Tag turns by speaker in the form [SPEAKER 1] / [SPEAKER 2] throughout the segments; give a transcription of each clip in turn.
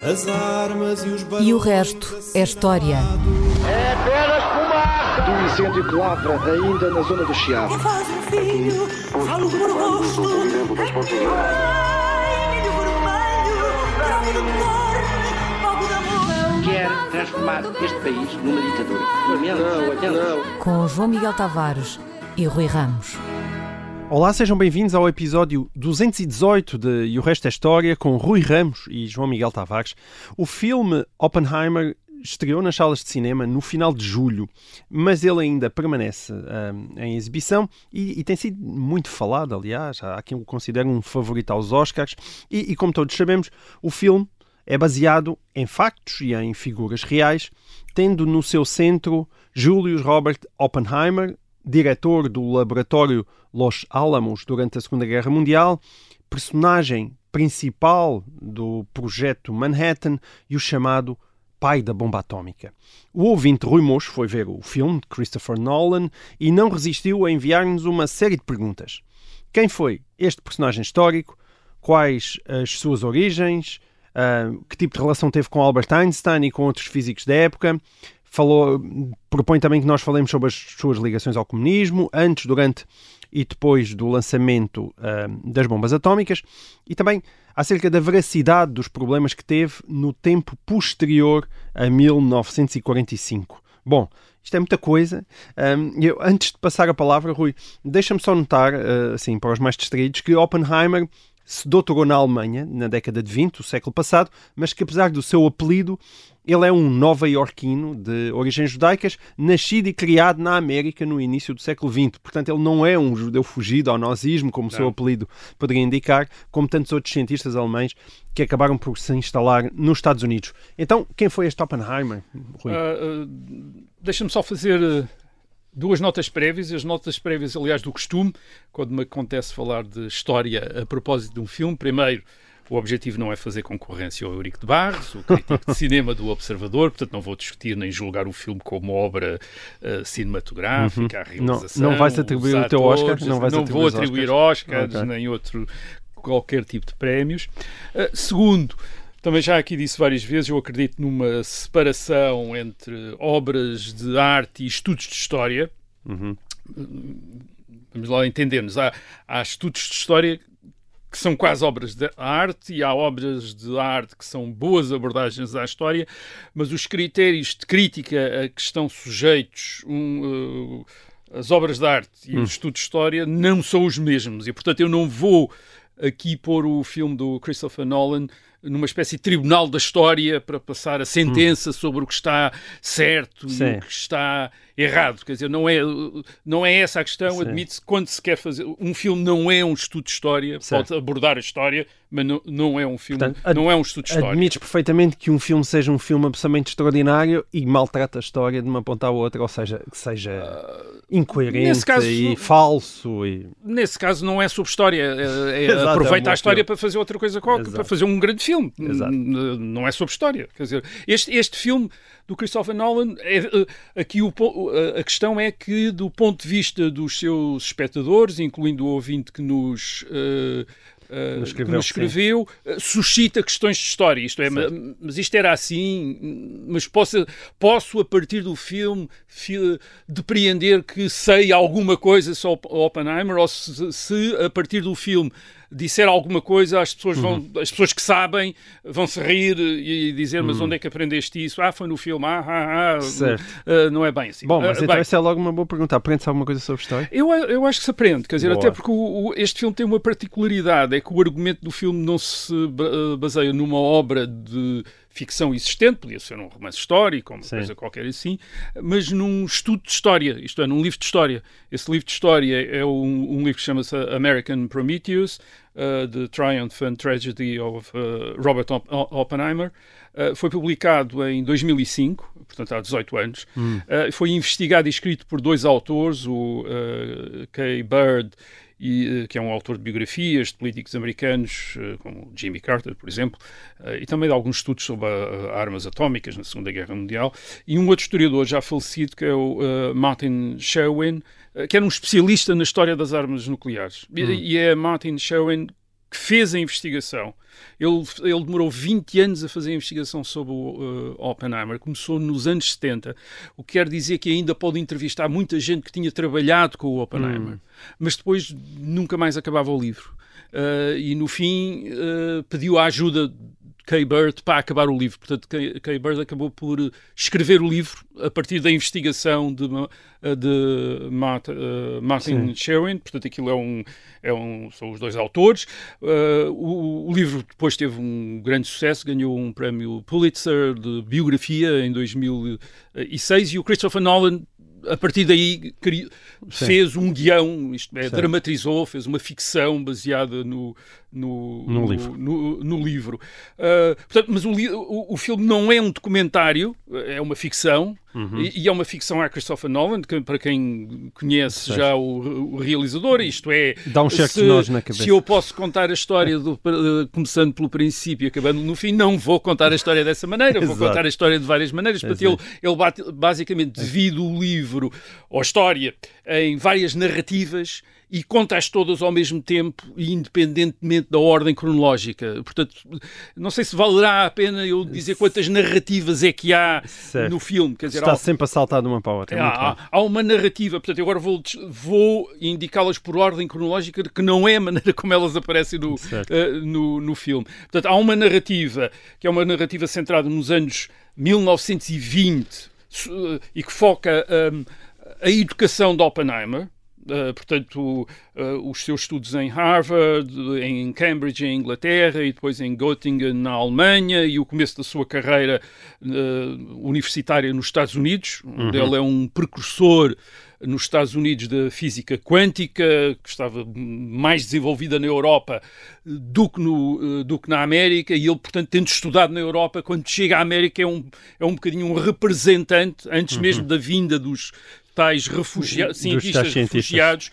[SPEAKER 1] As armas
[SPEAKER 2] E o resto é história.
[SPEAKER 3] É apenas fumaça!
[SPEAKER 4] Do incêndio que lavra ainda na zona do Chiado.
[SPEAKER 5] Faz um filho, falo por rosto. Ai, milho vermelho, bravo de cor, fogo de amor.
[SPEAKER 3] Quer transformar este país numa ditadura.
[SPEAKER 4] Não.
[SPEAKER 2] Com João Miguel Tavares e Rui Ramos.
[SPEAKER 6] Olá, sejam bem-vindos ao episódio 218 de E o Resto é História, com Rui Ramos e João Miguel Tavares. O filme Oppenheimer estreou nas salas de cinema no final de julho, mas ele ainda permanece em exibição e tem sido muito falado, aliás. Há quem o considere um favorito aos Oscars e, como todos sabemos, o filme é baseado em factos e em figuras reais, tendo no seu centro Julius Robert Oppenheimer, diretor do laboratório Los Alamos durante a Segunda Guerra Mundial, personagem principal do projeto Manhattan e o chamado pai da bomba atómica. O ouvinte Rui Mocho foi ver o filme de Christopher Nolan e não resistiu a enviar-nos uma série de perguntas. Quem foi este personagem histórico? Quais as suas origens? Que tipo de relação teve com Albert Einstein e com outros físicos da época? Propõe também que nós falemos sobre as suas ligações ao comunismo, antes, durante e depois do lançamento das bombas atómicas, e também acerca da veracidade dos problemas que teve no tempo posterior a 1945. Bom, isto é muita coisa. Antes de passar a palavra, Rui, deixa-me só notar, assim, para os mais distraídos, que Oppenheimer se doutorou na Alemanha, na década de 20, o século passado, mas que apesar do seu apelido, ele é um nova-iorquino de origens judaicas, nascido e criado na América no início do século XX. Portanto, ele não é um judeu fugido ao nazismo, como o seu apelido poderia indicar, como tantos outros cientistas alemães que acabaram por se instalar nos Estados Unidos. Então, quem foi este Oppenheimer, Rui?
[SPEAKER 7] Deixa-me só fazer duas notas prévias. As notas prévias, aliás, do costume, quando me acontece falar de história a propósito de um filme. Primeiro, o objetivo não é fazer concorrência ao Eurico de Barros, o crítico de cinema do Observador, portanto não vou discutir nem julgar o filme como obra cinematográfica, a realização.
[SPEAKER 6] Não vais atribuir o teu Oscar?
[SPEAKER 7] Não vou atribuir Oscars, okay, nem qualquer tipo de prémios. Segundo, também já aqui disse várias vezes, eu acredito numa separação entre obras de arte e estudos de história. Vamos lá entendermos. Há estudos de história que são quase obras de arte e há obras de arte que são boas abordagens à história, mas os critérios de crítica a que estão sujeitos as obras de arte e os estudos de história não são os mesmos. E, portanto, eu não vou aqui pôr o filme do Christopher Nolan numa espécie de tribunal da história para passar a sentença sobre o que está certo e o que está errado. Quer dizer, não é essa a questão. Admite-se quando se quer fazer... Um filme não é um estudo de história, pode abordar a história, mas não é um filme, portanto, não é um estudo de história.
[SPEAKER 6] Admites perfeitamente que um filme seja um filme absolutamente extraordinário e maltrata a história de uma ponta à outra, ou seja, que seja incoerente e falso.
[SPEAKER 7] Nesse caso não é sobre história, aproveita a história para fazer outra coisa qualquer, para fazer um grande filme. Não é sobre história. Quer dizer, este filme do Christopher Nolan, aqui a questão é que, do ponto de vista dos seus espectadores, incluindo o ouvinte que nos escreveu, suscita questões de história. Isto é, mas isto era assim, mas posso a partir do filme depreender que sei alguma coisa sobre Oppenheimer, ou se a partir do filme disser alguma coisa, as pessoas que sabem vão se rir e dizer, mas onde é que aprendeste isso? Foi no filme, não é bem assim.
[SPEAKER 6] Bom, mas então essa é logo uma boa pergunta. Aprende-se alguma coisa sobre história?
[SPEAKER 7] Eu acho que se aprende, quer dizer, até porque este filme tem uma particularidade, é que o argumento do filme não se baseia numa obra de ficção existente, podia ser um romance histórico, uma coisa qualquer assim, mas num estudo de história, isto é, num livro de história. Esse livro de história é um livro que chama-se American Prometheus, The Triumph and Tragedy of Robert Oppenheimer. Foi publicado em 2005, portanto há 18 anos. Foi investigado e escrito por dois autores, o Kay Bird, que é um autor de biografias de políticos americanos, como Jimmy Carter, por exemplo, e também de alguns estudos sobre armas atómicas na Segunda Guerra Mundial, e um outro historiador já falecido, que é o Martin Sherwin, que era um especialista na história das armas nucleares. E é Martin Sherwin que fez a investigação. Ele demorou 20 anos a fazer a investigação sobre o Oppenheimer. Começou nos anos 70, o que quer dizer que ainda pode entrevistar muita gente que tinha trabalhado com o Oppenheimer, mas depois nunca mais acabava o livro. E no fim pediu a ajuda de Kay Bird para acabar o livro. Portanto, Kay Bird acabou por escrever o livro a partir da investigação de Martin Sherwin. Portanto, aquilo são os dois autores. O livro depois teve um grande sucesso, ganhou um prémio Pulitzer de biografia em 2006, e o Christopher Nolan, a partir daí, fez um guião, isto é, dramatizou, fez uma ficção baseada no livro. Portanto, mas o filme não é um documentário, é uma ficção, e é uma ficção a Christopher Nolan, para quem conhece já o realizador, isto é...
[SPEAKER 6] Dá um certo de nós na cabeça.
[SPEAKER 7] Se eu posso contar a história, começando pelo princípio e acabando no fim, não vou contar a história dessa maneira, vou contar a história de várias maneiras. Portanto, ele basicamente divide o livro ou a história em várias narrativas e conta-as todas ao mesmo tempo e independentemente da ordem cronológica. Portanto, não sei se valerá a pena eu dizer quantas narrativas é que há no filme. Quer dizer,
[SPEAKER 6] está sempre a saltar de uma para a outra.
[SPEAKER 7] Há uma narrativa, portanto, agora vou indicá-las por ordem cronológica, que não é a maneira como elas aparecem no filme. Portanto, há uma narrativa que é uma narrativa centrada nos anos 1920 e que foca a educação de Oppenheimer. Portanto, os seus estudos em Harvard, em Cambridge, em Inglaterra, e depois em Göttingen, na Alemanha, e o começo da sua carreira universitária nos Estados Unidos, onde ele é um precursor nos Estados Unidos da física quântica, que estava mais desenvolvida na Europa do que na América, e ele, portanto, tendo estudado na Europa, quando chega à América é um bocadinho um representante, antes mesmo da vinda dos tais cientistas refugiados.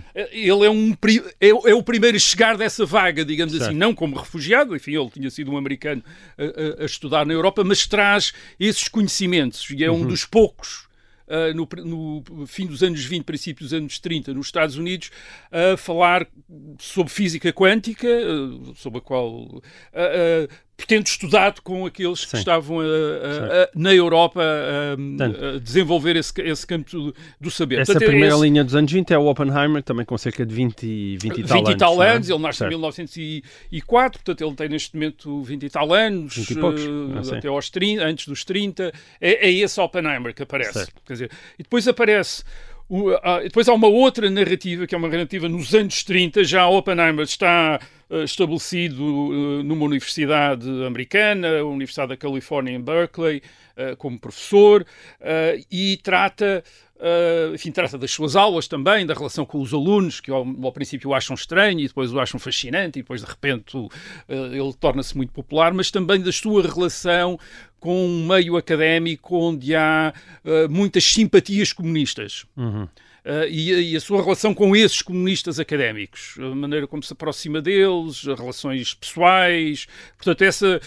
[SPEAKER 7] Ele é o primeiro a chegar dessa vaga, digamos assim, não como refugiado, enfim, ele tinha sido um americano a estudar na Europa, mas traz esses conhecimentos, e é um dos poucos no fim dos anos 20, princípio dos anos 30, nos Estados Unidos, a falar sobre física quântica, sobre a qual tendo estudado com aqueles que estavam na Europa a desenvolver esse campo do saber.
[SPEAKER 6] Essa
[SPEAKER 7] portanto,
[SPEAKER 6] primeira linha dos anos 20 é o Oppenheimer, também com cerca de 20 e tal anos.
[SPEAKER 7] Ele nasce em 1904, portanto ele tem neste momento 20 e tal anos,
[SPEAKER 6] 20 e poucos,
[SPEAKER 7] até aos 30, antes dos 30. É esse Oppenheimer que aparece. Quer dizer, e depois aparece... depois há uma outra narrativa, que é uma narrativa nos anos 30, já Oppenheimer está estabelecido numa universidade americana, a Universidade da Califórnia em Berkeley, como professor, e trata das suas aulas também, da relação com os alunos, que ao princípio o acham estranho e depois o acham fascinante, e depois de repente ele torna-se muito popular, mas também da sua relação com um meio académico onde há muitas simpatias comunistas. E a sua relação com esses comunistas académicos, a maneira como se aproxima deles, as relações pessoais. Portanto,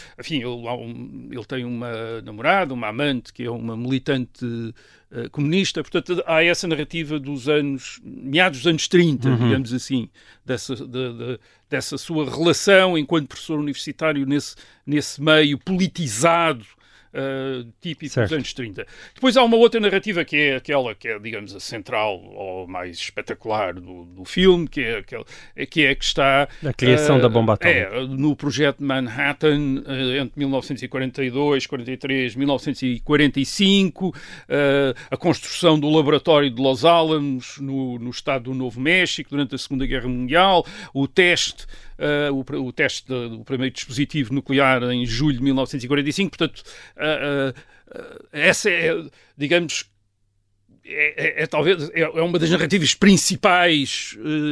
[SPEAKER 7] ele tem uma namorada, uma amante, que é uma militante comunista. Portanto, há essa narrativa dos meados dos anos 30, digamos assim, dessa sua relação enquanto professor universitário nesse meio politizado, típico dos anos 30. Depois há uma outra narrativa que é aquela que é, digamos, a central ou mais espetacular do filme, que está... A
[SPEAKER 6] criação da bomba atómica.
[SPEAKER 7] No projeto Manhattan, entre 1942, 43, 1945, a construção do laboratório de Los Alamos no estado do Novo México durante a Segunda Guerra Mundial, o teste do primeiro dispositivo nuclear em julho de 1945, portanto, essa é, digamos, talvez uma das narrativas principais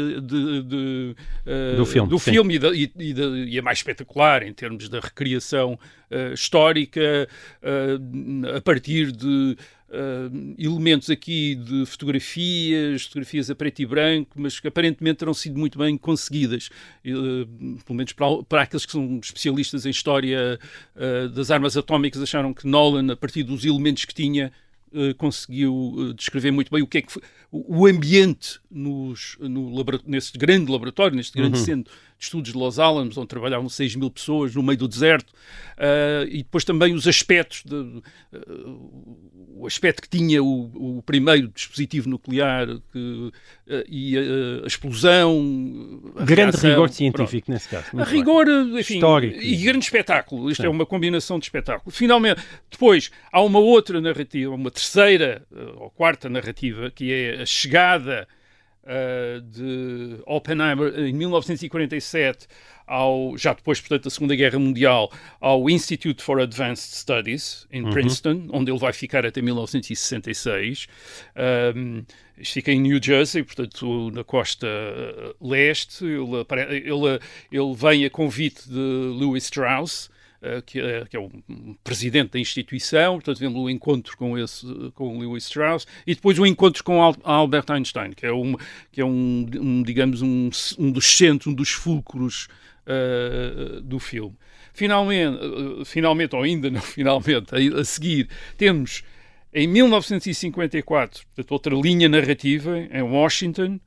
[SPEAKER 7] do filme e a mais espetacular em termos da recriação histórica, a partir de elementos aqui de fotografias a preto e branco, mas que aparentemente terão sido muito bem conseguidas, pelo menos para aqueles que são especialistas em história das armas atómicas. Acharam que Nolan, a partir dos elementos que conseguiu descrever muito bem o que é que foi o ambiente nesse grande laboratório, neste grande centro Estudos de Los Alamos, onde trabalhavam 6.000 pessoas no meio do deserto, e depois também os aspectos, o aspecto que tinha o primeiro dispositivo nuclear e a explosão.
[SPEAKER 6] Grande rigor científico, nesse caso.
[SPEAKER 7] A rigor, enfim, histórico. E grande espetáculo. Isto é uma combinação de espetáculo. Finalmente, depois, há uma outra narrativa, uma terceira ou quarta narrativa, que é a chegada de Oppenheimer em 1947 já depois, portanto, da Segunda Guerra Mundial, ao Institute for Advanced Studies em Princeton, onde ele vai ficar até 1966. Isto fica em New Jersey, portanto, na costa leste. Ele vem a convite de Lewis Strauss, que é o presidente da instituição, portanto vemos o encontro com Lewis Strauss, e depois o encontro com Albert Einstein, que é digamos, um dos centros, um dos fulcros do filme. Finalmente, ou ainda não finalmente, a seguir, temos em 1954, portanto, outra linha narrativa, em Washington,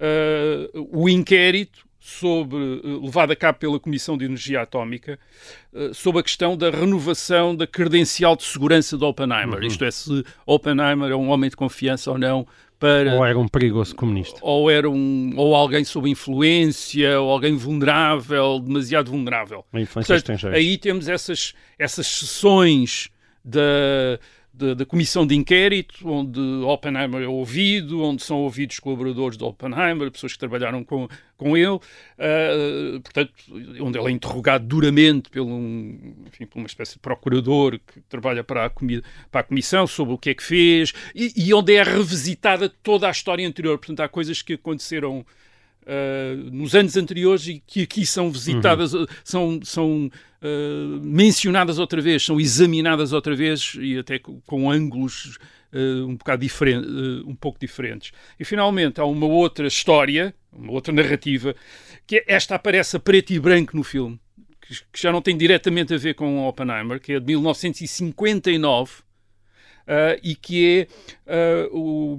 [SPEAKER 7] o inquérito levado a cabo pela Comissão de Energia Atómica sobre a questão da renovação da credencial de segurança de Oppenheimer. Isto é, se Oppenheimer é um homem de confiança ou não
[SPEAKER 6] ou era um perigoso comunista.
[SPEAKER 7] Ou alguém sob influência, ou alguém vulnerável, demasiado vulnerável. Portanto, aí temos essas sessões da Comissão de Inquérito, onde Oppenheimer é ouvido, onde são ouvidos colaboradores de Oppenheimer, pessoas que trabalharam com ele, portanto, onde ele é interrogado duramente por uma espécie de procurador que trabalha para a Comissão sobre o que é que fez, e onde é revisitada toda a história anterior. Portanto, há coisas que aconteceram nos anos anteriores e que aqui são visitadas, são mencionadas outra vez, são examinadas outra vez e até com ângulos um pouco diferentes. E finalmente há uma outra história, uma outra narrativa, que esta aparece a preto e branco no filme, que já não tem diretamente a ver com Oppenheimer, que é de 1959 e que é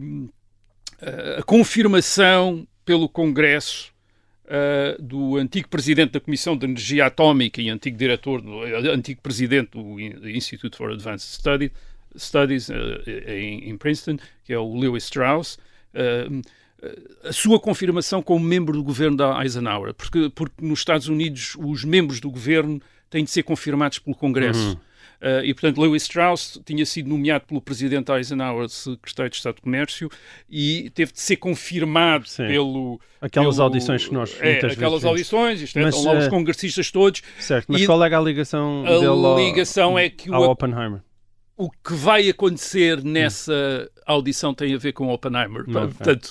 [SPEAKER 7] a confirmação pelo Congresso do antigo presidente da Comissão de Energia Atómica e antigo antigo presidente do Institute for Advanced Studies em Princeton, que é o Lewis Strauss, a sua confirmação como membro do governo da Eisenhower, porque nos Estados Unidos os membros do governo têm de ser confirmados pelo Congresso. E, portanto, Lewis Strauss tinha sido nomeado pelo presidente Eisenhower secretário de Estado de Comércio e teve de ser confirmado
[SPEAKER 6] Aquelas audições que nós muitas
[SPEAKER 7] aquelas
[SPEAKER 6] vezes
[SPEAKER 7] audições, estão lá os congressistas todos.
[SPEAKER 6] Certo, mas qual é a ligação dele
[SPEAKER 7] é que
[SPEAKER 6] ao Oppenheimer?
[SPEAKER 7] O que vai acontecer nessa audição tem a ver com Oppenheimer. Portanto,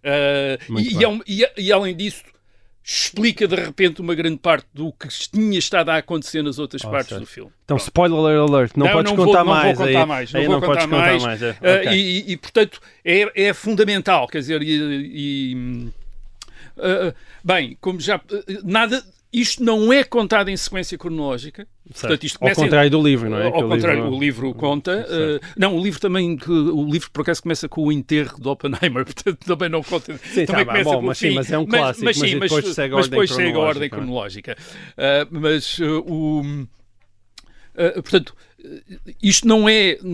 [SPEAKER 7] e além disso, explica de repente uma grande parte do que tinha estado a acontecer nas outras partes do filme.
[SPEAKER 6] Então, spoiler alert, não podes contar mais. Não vou contar mais.
[SPEAKER 7] E, portanto, é fundamental, quer dizer, bem, como já... Isto não é contado em sequência cronológica. Portanto, isto
[SPEAKER 6] ao contrário do livro, não é?
[SPEAKER 7] Ao contrário, o livro conta. Não, o livro também, o livro por acaso começa com o enterro de Oppenheimer, portanto também não conta.
[SPEAKER 6] Sim,
[SPEAKER 7] também começa com o fim.
[SPEAKER 6] Mas é um clássico, mas depois segue a ordem cronológica.
[SPEAKER 7] Portanto, isto não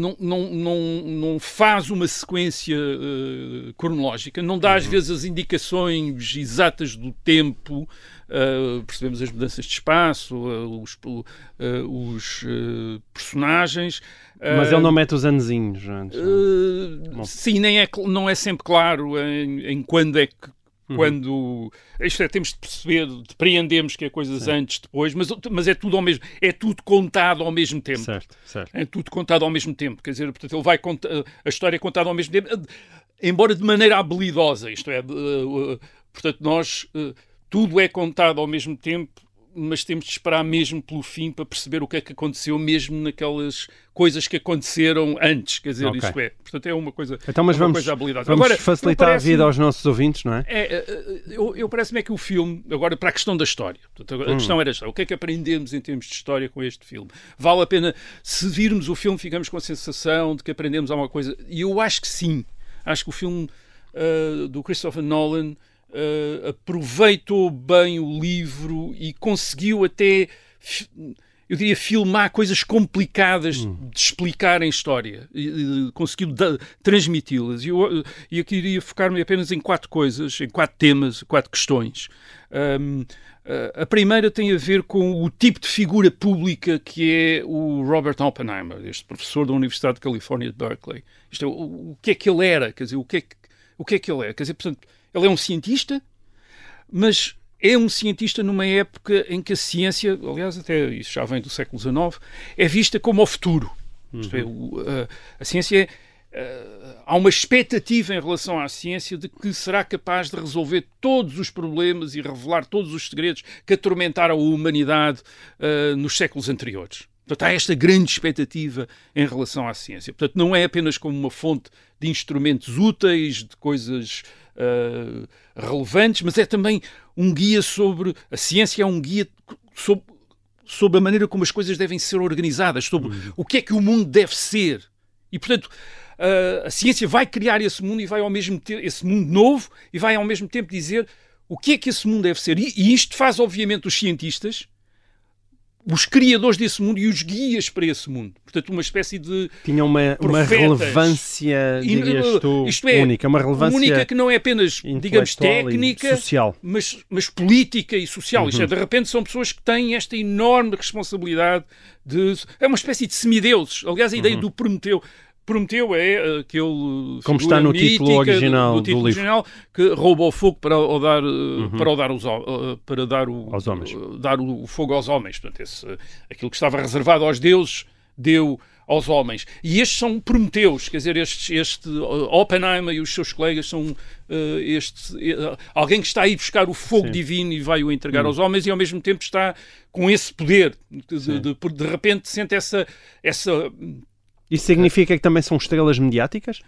[SPEAKER 7] faz uma sequência cronológica, não dá às vezes as indicações exatas do tempo, percebemos as mudanças de espaço, os personagens.
[SPEAKER 6] Mas ele não mete os anezinhos antes.
[SPEAKER 7] Sim, não é sempre claro em quando é que isto é, temos de perceber, depreendemos que é coisas antes, depois, mas é tudo é tudo contado ao mesmo tempo.
[SPEAKER 6] Certo.
[SPEAKER 7] É tudo contado ao mesmo tempo, quer dizer, portanto, ele vai contar, a história é contada ao mesmo tempo, embora de maneira habilidosa, isto é, portanto, tudo é contado ao mesmo tempo, mas temos de esperar mesmo pelo fim para perceber o que é que aconteceu mesmo naquelas coisas que aconteceram antes, quer dizer, isto é. Portanto, é uma coisa,
[SPEAKER 6] então, mas vamos agora, facilitar a vida aos nossos ouvintes, não é?
[SPEAKER 7] Eu parece-me que o filme, agora para a questão da história, portanto, a questão era esta, o que é que aprendemos em termos de história com este filme? Vale a pena, se virmos o filme, ficamos com a sensação de que aprendemos alguma coisa? E eu acho que sim. Acho que o filme do Christopher Nolan aproveitou bem o livro e conseguiu até, eu diria, filmar coisas complicadas de explicar em história. Conseguiu transmiti-las. E eu queria focar-me apenas em 4 coisas, em 4 temas, 4 questões. A primeira tem a ver com o tipo de figura pública que é o Robert Oppenheimer, este professor da Universidade de Califórnia de Berkeley. Isto é, o que é que ele era? Quer dizer, o que é que ele é? Quer dizer, portanto, ele é um cientista, mas é um cientista numa época em que a ciência, aliás, até isso já vem do século XIX, é vista como o futuro. Isto é, a ciência há uma expectativa em relação à ciência de que será capaz de resolver todos os problemas e revelar todos os segredos que atormentaram a humanidade nos séculos anteriores. Portanto, há esta grande expectativa em relação à ciência. Portanto, não é apenas como uma fonte de instrumentos úteis, de coisas relevantes, mas é também um guia sobre... A ciência é um guia sobre a maneira como as coisas devem ser organizadas, sobre o que é que o mundo deve ser. E, portanto, a ciência vai criar esse mundo e vai ao mesmo tempo, esse mundo novo, e vai ao mesmo tempo dizer o que é que esse mundo deve ser. E isto faz, obviamente, os cientistas, os criadores desse mundo e os guias para esse mundo. Portanto, uma espécie de...
[SPEAKER 6] Tinha uma relevância, dirias tu, única. Uma relevância
[SPEAKER 7] única que não é apenas, digamos, técnica,
[SPEAKER 6] social,
[SPEAKER 7] mas política e social. Isto é, de repente, são pessoas que têm esta enorme responsabilidade de... É uma espécie de semideuses. Aliás, a ideia do Prometeu... Prometeu é aquele...
[SPEAKER 6] Como está no título original do livro.
[SPEAKER 7] Original, que rouba o fogo para dar
[SPEAKER 6] aos homens.
[SPEAKER 7] Dar o fogo aos homens. Portanto, aquilo que estava reservado aos deuses deu aos homens. E estes são Prometeus, quer dizer, este Oppenheimer e os seus colegas são alguém que está a ir buscar o fogo divino e vai o entregar aos homens e ao mesmo tempo está com esse poder. De repente sente essa
[SPEAKER 6] Isso significa que também são estrelas mediáticas?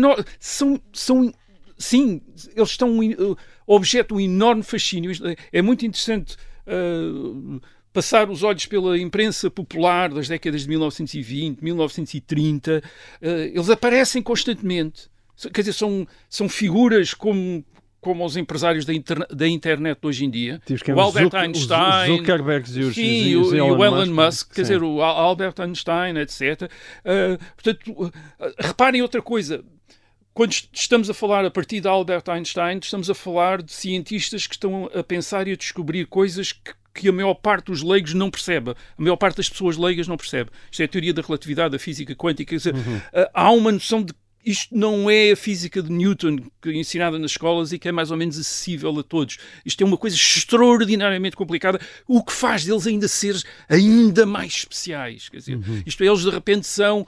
[SPEAKER 7] Sim, eles estão objeto de um enorme fascínio. É muito interessante passar os olhos pela imprensa popular das décadas de 1920, 1930. Eles aparecem constantemente. Quer dizer, são figuras como os empresários da internet de hoje em dia.
[SPEAKER 6] O Albert Einstein, os Zuckerbergs e o
[SPEAKER 7] Elon Musk, quer dizer, o Albert Einstein, etc. Portanto, reparem outra coisa. Quando estamos a falar a partir de Albert Einstein, estamos a falar de cientistas que estão a pensar e a descobrir coisas que a maior parte dos leigos não percebe. A maior parte das pessoas leigas não percebe. Isto é a teoria da relatividade, da física quântica. Quer dizer, há uma noção de isto não é a física de Newton que é ensinada nas escolas e que é mais ou menos acessível a todos. Isto é uma coisa extraordinariamente complicada, o que faz deles ainda ser ainda mais especiais. Quer dizer, isto eles de repente são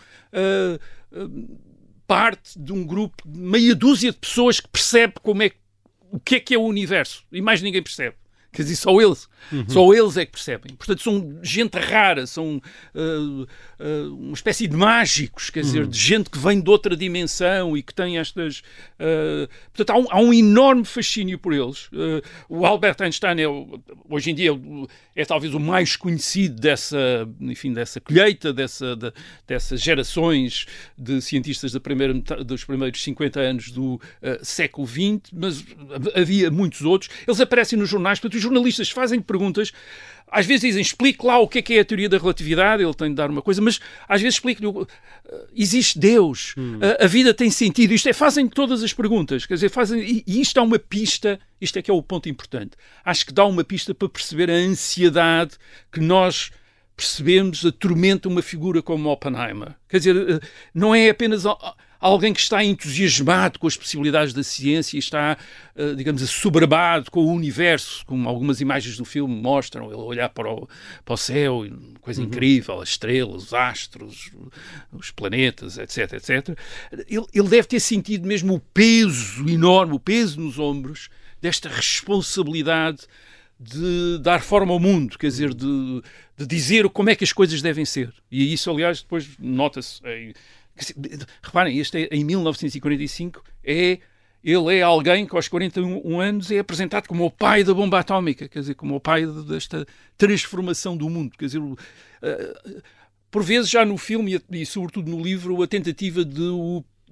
[SPEAKER 7] parte de um grupo de meia dúzia de pessoas que percebe o que é o universo e mais ninguém percebe. Quer dizer, só eles é que percebem. Portanto, são gente rara, são uma espécie de mágicos, quer dizer, de gente que vem de outra dimensão e que tem estas... portanto, há um enorme fascínio por eles. O Albert Einstein hoje em dia é talvez o mais conhecido dessa colheita, dessas gerações de cientistas dos primeiros 50 anos do século XX, mas havia muitos outros. Eles aparecem nos jornais, portanto, os jornalistas fazem perguntas, às vezes dizem, explique lá o que é a teoria da relatividade, ele tem de dar uma coisa, mas às vezes explique-lhe, existe Deus, a vida tem sentido, fazem todas as perguntas, quer dizer, e isto dá uma pista, isto é que é o ponto importante, acho que dá uma pista para perceber a ansiedade que nós percebemos atormenta uma figura como Oppenheimer. Quer dizer, não é apenas alguém que está entusiasmado com as possibilidades da ciência e está, digamos, assoberbado com o universo, como algumas imagens do filme mostram, ele olhar para o céu, coisa incrível, as estrelas, os astros, os planetas, etc, etc. Ele deve ter sentido mesmo o peso enorme, o peso nos ombros desta responsabilidade de dar forma ao mundo, quer dizer, de dizer como é que as coisas devem ser. E isso, aliás, depois nota-se... Reparem, em 1945 ele é alguém que aos 41 anos é apresentado como o pai da bomba atómica, quer dizer, como o pai desta transformação do mundo. Quer dizer, por vezes já no filme e sobretudo no livro a tentativa de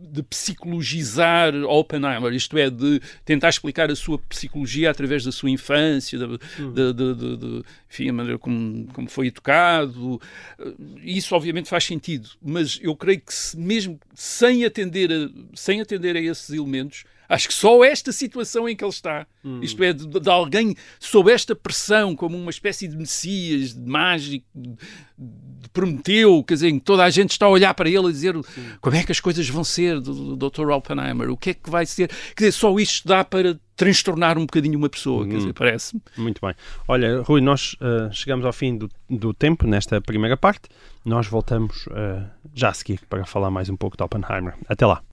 [SPEAKER 7] de psicologizar Oppenheimer, isto é, de tentar explicar a sua psicologia através da sua infância, enfim, a maneira como foi educado. Isso obviamente faz sentido, mas eu creio que mesmo sem atender a esses elementos, acho que só esta situação em que ele está, isto é, de alguém sob esta pressão, como uma espécie de Messias, de mágico, de Prometeu, quer dizer, em que toda a gente está a olhar para ele e dizer como é que as coisas vão ser do Dr. Oppenheimer, o que é que vai ser. Quer dizer, só isto dá para transtornar um bocadinho uma pessoa, quer dizer, parece-me.
[SPEAKER 6] Muito bem. Olha, Rui, nós chegamos ao fim do tempo nesta primeira parte. Nós voltamos já a seguir para falar mais um pouco de Oppenheimer. Até lá.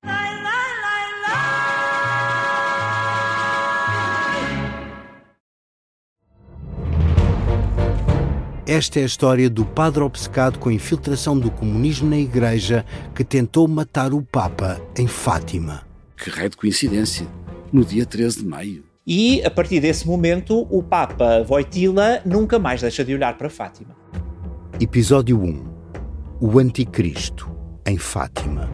[SPEAKER 1] Esta é a história do padre obcecado com a infiltração do comunismo na Igreja que tentou matar o Papa em Fátima.
[SPEAKER 8] Que raio de coincidência, no dia 13 de maio.
[SPEAKER 9] E, a partir desse momento, o Papa Wojtyla nunca mais deixa de olhar para Fátima.
[SPEAKER 1] Episódio 1. O Anticristo, em Fátima.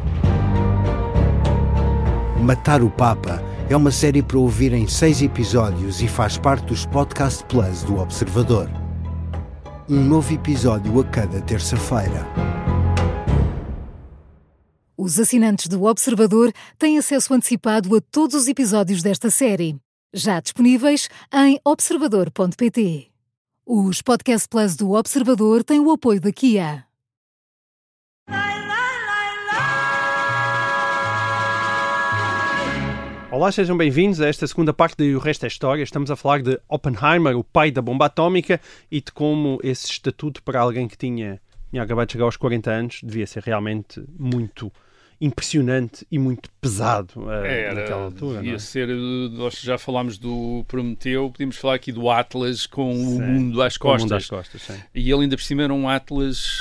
[SPEAKER 1] Matar o Papa é uma série para ouvir em 6 episódios e faz parte dos Podcast Plus do Observador. Um novo episódio a cada terça-feira.
[SPEAKER 2] Os assinantes do Observador têm acesso antecipado a todos os episódios desta série, já disponíveis em observador.pt. Os Podcast Plus do Observador têm o apoio da Kia.
[SPEAKER 6] Olá, sejam bem-vindos a esta segunda parte de O Resto é História. Estamos a falar de Oppenheimer, o pai da bomba atómica, e de como esse estatuto para alguém que tinha acabado de chegar aos 40 anos devia ser realmente muito impressionante e muito pesado naquela altura.
[SPEAKER 7] Devia ser, nós já falámos do Prometeu, podíamos falar aqui do Atlas com o mundo às costas.
[SPEAKER 6] O mundo às costas, sim.
[SPEAKER 7] E ele ainda por cima era um Atlas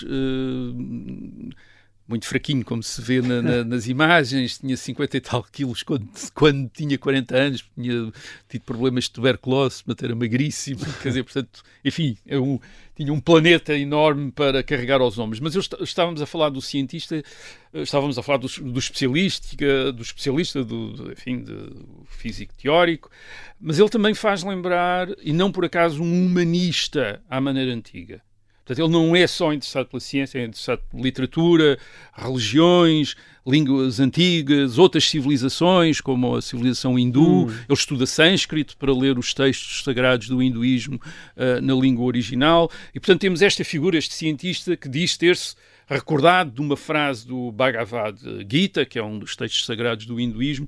[SPEAKER 7] muito fraquinho, como se vê nas imagens, tinha 50 e tal quilos quando tinha 40 anos, tinha tido problemas de tuberculose, mas era magríssimo, quer dizer, portanto, enfim, tinha um planeta enorme para carregar aos ombros. Mas estávamos a falar do cientista, estávamos a falar do especialista, enfim, do físico teórico, mas ele também faz lembrar, e não por acaso, um humanista à maneira antiga. Portanto, ele não é só interessado pela ciência, é interessado por literatura, religiões, línguas antigas, outras civilizações, como a civilização hindu. Ele estuda sânscrito para ler os textos sagrados do hinduísmo na língua original. E, portanto, temos esta figura, este cientista, que diz ter-se recordado de uma frase do Bhagavad Gita, que é um dos textos sagrados do hinduísmo,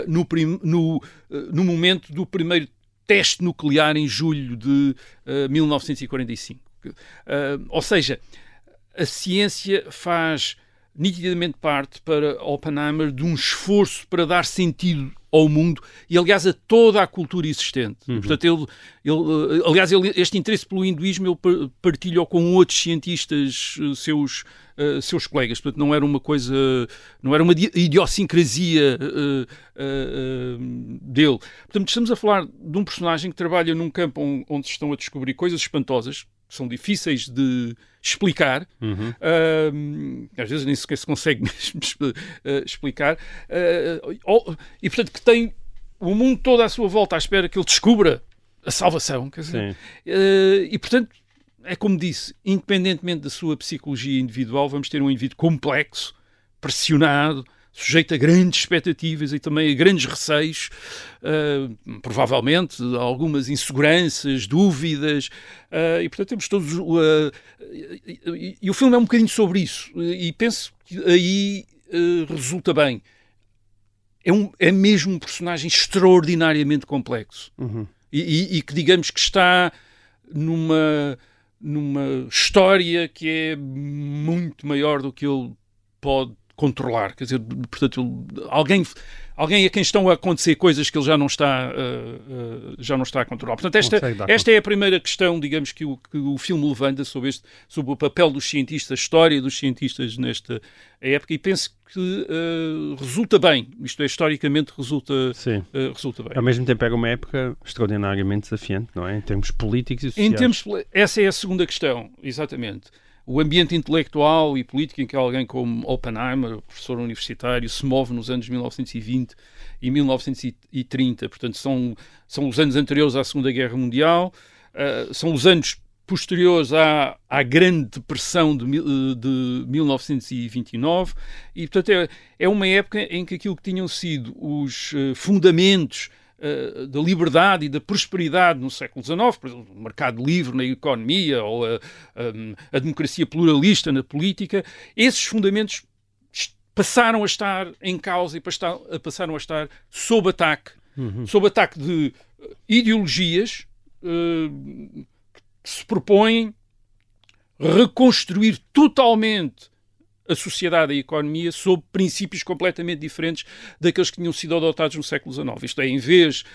[SPEAKER 7] no momento do primeiro teste nuclear em julho de 1945. Ou seja, a ciência faz nitidamente parte para Oppenheimer de um esforço para dar sentido ao mundo e, aliás, a toda a cultura existente. Portanto, este interesse pelo hinduísmo ele partilha com outros cientistas seus colegas. Portanto, não era uma coisa, não era uma idiosincrasia dele. Portanto, estamos a falar de um personagem que trabalha num campo onde se estão a descobrir coisas espantosas, que são difíceis de explicar, às vezes nem sequer se consegue mesmo explicar, e portanto que tem o mundo todo à sua volta à espera que ele descubra a salvação, quer dizer, e portanto é como disse, independentemente da sua psicologia individual, vamos ter um indivíduo complexo, pressionado, sujeito a grandes expectativas e também a grandes receios, provavelmente algumas inseguranças, dúvidas, e portanto temos todos... e o filme é um bocadinho sobre isso, e penso que aí resulta bem. É mesmo um personagem extraordinariamente complexo, e que digamos que está numa história que é muito maior do que ele pode controlar, quer dizer, portanto, alguém a quem estão a acontecer coisas que ele já não está a controlar. Portanto, esta é a primeira questão, digamos, que o filme levanta sobre o papel dos cientistas, a história dos cientistas nesta época, e penso que resulta bem, isto é, historicamente resulta bem.
[SPEAKER 6] Ao mesmo tempo era uma época extraordinariamente desafiante, não é? Em termos políticos e sociais.
[SPEAKER 7] Essa é a segunda questão, exatamente. o ambiente intelectual e político em que alguém como Oppenheimer, professor universitário, se move nos anos 1920 e 1930. Portanto, são os anos anteriores à Segunda Guerra Mundial, são os anos posteriores à Grande Depressão de 1929 e, portanto, é uma época em que aquilo que tinham sido os fundamentos da liberdade e da prosperidade no século XIX, por exemplo, o mercado livre na economia ou a democracia pluralista na política, esses fundamentos passaram a estar em causa e passaram a estar sob ataque de ideologias que se propõem reconstruir totalmente a sociedade e a economia sob princípios completamente diferentes daqueles que tinham sido adotados no século XIX. Isto é, em vez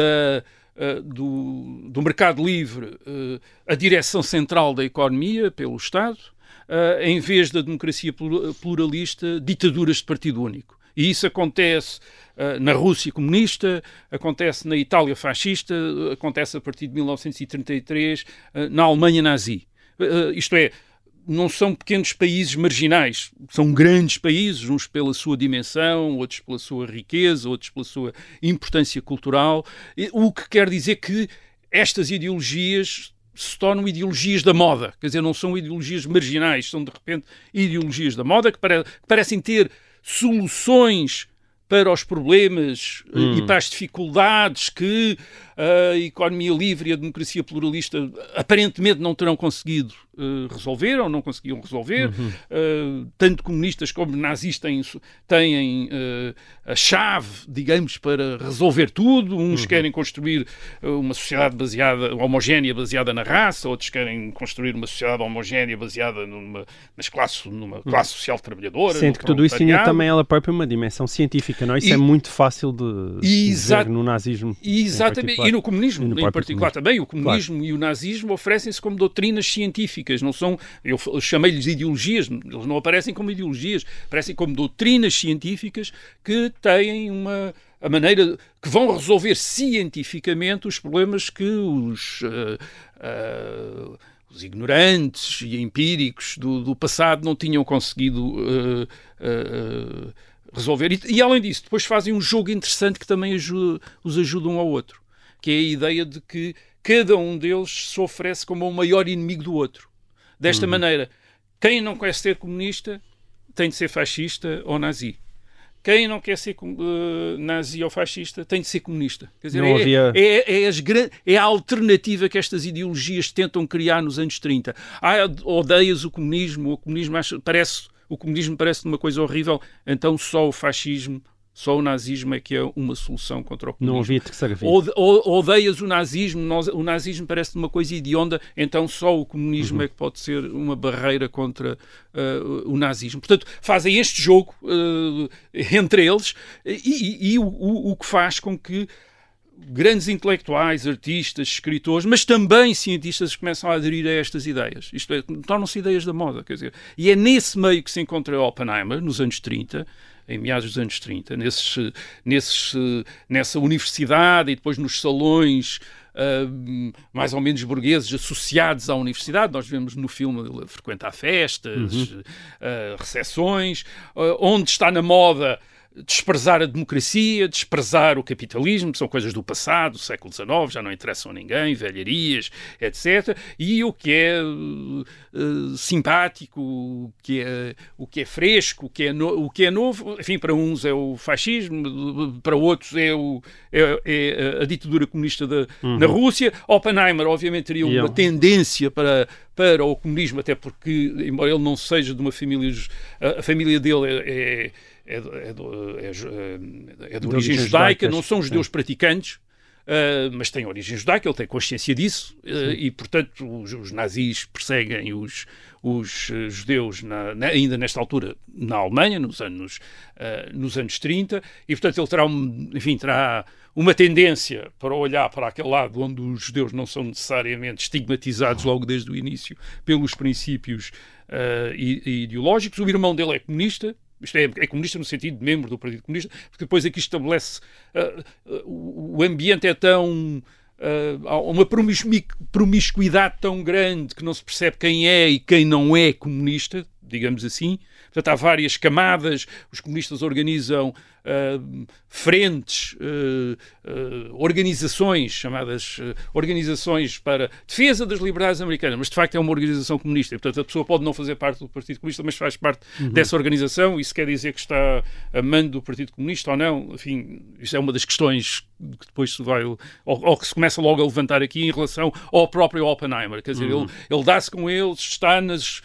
[SPEAKER 7] do mercado livre, a direção central da economia pelo Estado, em vez da democracia pluralista, ditaduras de partido único. E isso acontece na Rússia comunista, acontece na Itália fascista, acontece a partir de 1933 na Alemanha nazi. Isto é, não são pequenos países marginais, são grandes países, uns pela sua dimensão, outros pela sua riqueza, outros pela sua importância cultural, o que quer dizer que estas ideologias se tornam ideologias da moda, quer dizer, não são ideologias marginais, são de repente ideologias da moda que parecem ter soluções para os problemas e para as dificuldades que a economia livre e a democracia pluralista aparentemente não terão conseguido resolver ou não conseguiam resolver. Tanto comunistas como nazistas têm a chave, digamos, para resolver tudo. Uns querem construir uma sociedade homogénea baseada na raça, outros querem construir uma sociedade homogénea baseada numa classe social trabalhadora.
[SPEAKER 6] Sendo que tudo isso tinha também ela própria uma dimensão científica, não é? Isso é muito fácil de ver no nazismo.
[SPEAKER 7] Exatamente. E no comunismo, em particular também. O comunismo e o nazismo oferecem-se como doutrinas científicas. Não são, eu chamei-lhes ideologias, eles não aparecem como ideologias, aparecem como doutrinas científicas que têm a maneira que vão resolver cientificamente os problemas que os ignorantes e empíricos do passado não tinham conseguido resolver. E além disso, depois fazem um jogo interessante que também os ajuda um ao outro, que é a ideia de que cada um deles se oferece como o maior inimigo do outro. Desta maneira, quem não quer ser comunista tem de ser fascista ou nazi. Quem não quer ser nazi ou fascista tem de ser comunista. Quer dizer, é a alternativa que estas ideologias tentam criar nos anos 30. Odeias o comunismo parece uma coisa horrível, então só o fascismo, só o nazismo é que é uma solução contra o comunismo.
[SPEAKER 6] Não havia terceira via.
[SPEAKER 7] Odeias o nazismo parece uma coisa hedionda, então só o comunismo é que pode ser uma barreira contra o nazismo. Portanto, fazem este jogo entre eles e o que faz com que grandes intelectuais, artistas, escritores, mas também cientistas começam a aderir a estas ideias. Isto é, tornam-se ideias da moda, quer dizer. E é nesse meio que se encontra Oppenheimer, nos anos 30, em meados dos anos 30, nessa universidade e depois nos salões mais ou menos burgueses associados à universidade. Nós vemos no filme ele frequentar festas, recepções, onde está na moda desprezar a democracia, desprezar o capitalismo, que são coisas do passado, do século XIX, já não interessam a ninguém, velharias, etc. E o que é simpático, o que é fresco, o que é novo, enfim, para uns é o fascismo, para outros é a ditadura comunista na Rússia. Oppenheimer, obviamente, teria uma tendência para o comunismo, até porque, embora ele não seja de uma família... A família dele é de origem judaica, não são judeus praticantes, mas têm origem judaica, ele tem consciência disso, e, portanto, os nazis perseguem os judeus ainda nesta altura na Alemanha, nos anos 30, e, portanto, ele terá uma tendência para olhar para aquele lado onde os judeus não são necessariamente estigmatizados logo desde o início pelos princípios ideológicos. O irmão dele é comunista. Isto é comunista no sentido de membro do Partido Comunista, porque depois aqui estabelece... o ambiente é tão há uma promiscuidade tão grande que não se percebe quem é e quem não é comunista, digamos assim. Portanto, há várias camadas, os comunistas organizam frentes, organizações, chamadas organizações para defesa das liberdades americanas, mas de facto é uma organização comunista. E, portanto, a pessoa pode não fazer parte do Partido Comunista, mas faz parte dessa organização. Isso quer dizer que está a mando do Partido Comunista ou não? Enfim, isso é uma das questões que depois se vai, ou que se começa logo a levantar aqui em relação ao próprio Oppenheimer. Quer dizer, ele dá-se com eles, está nas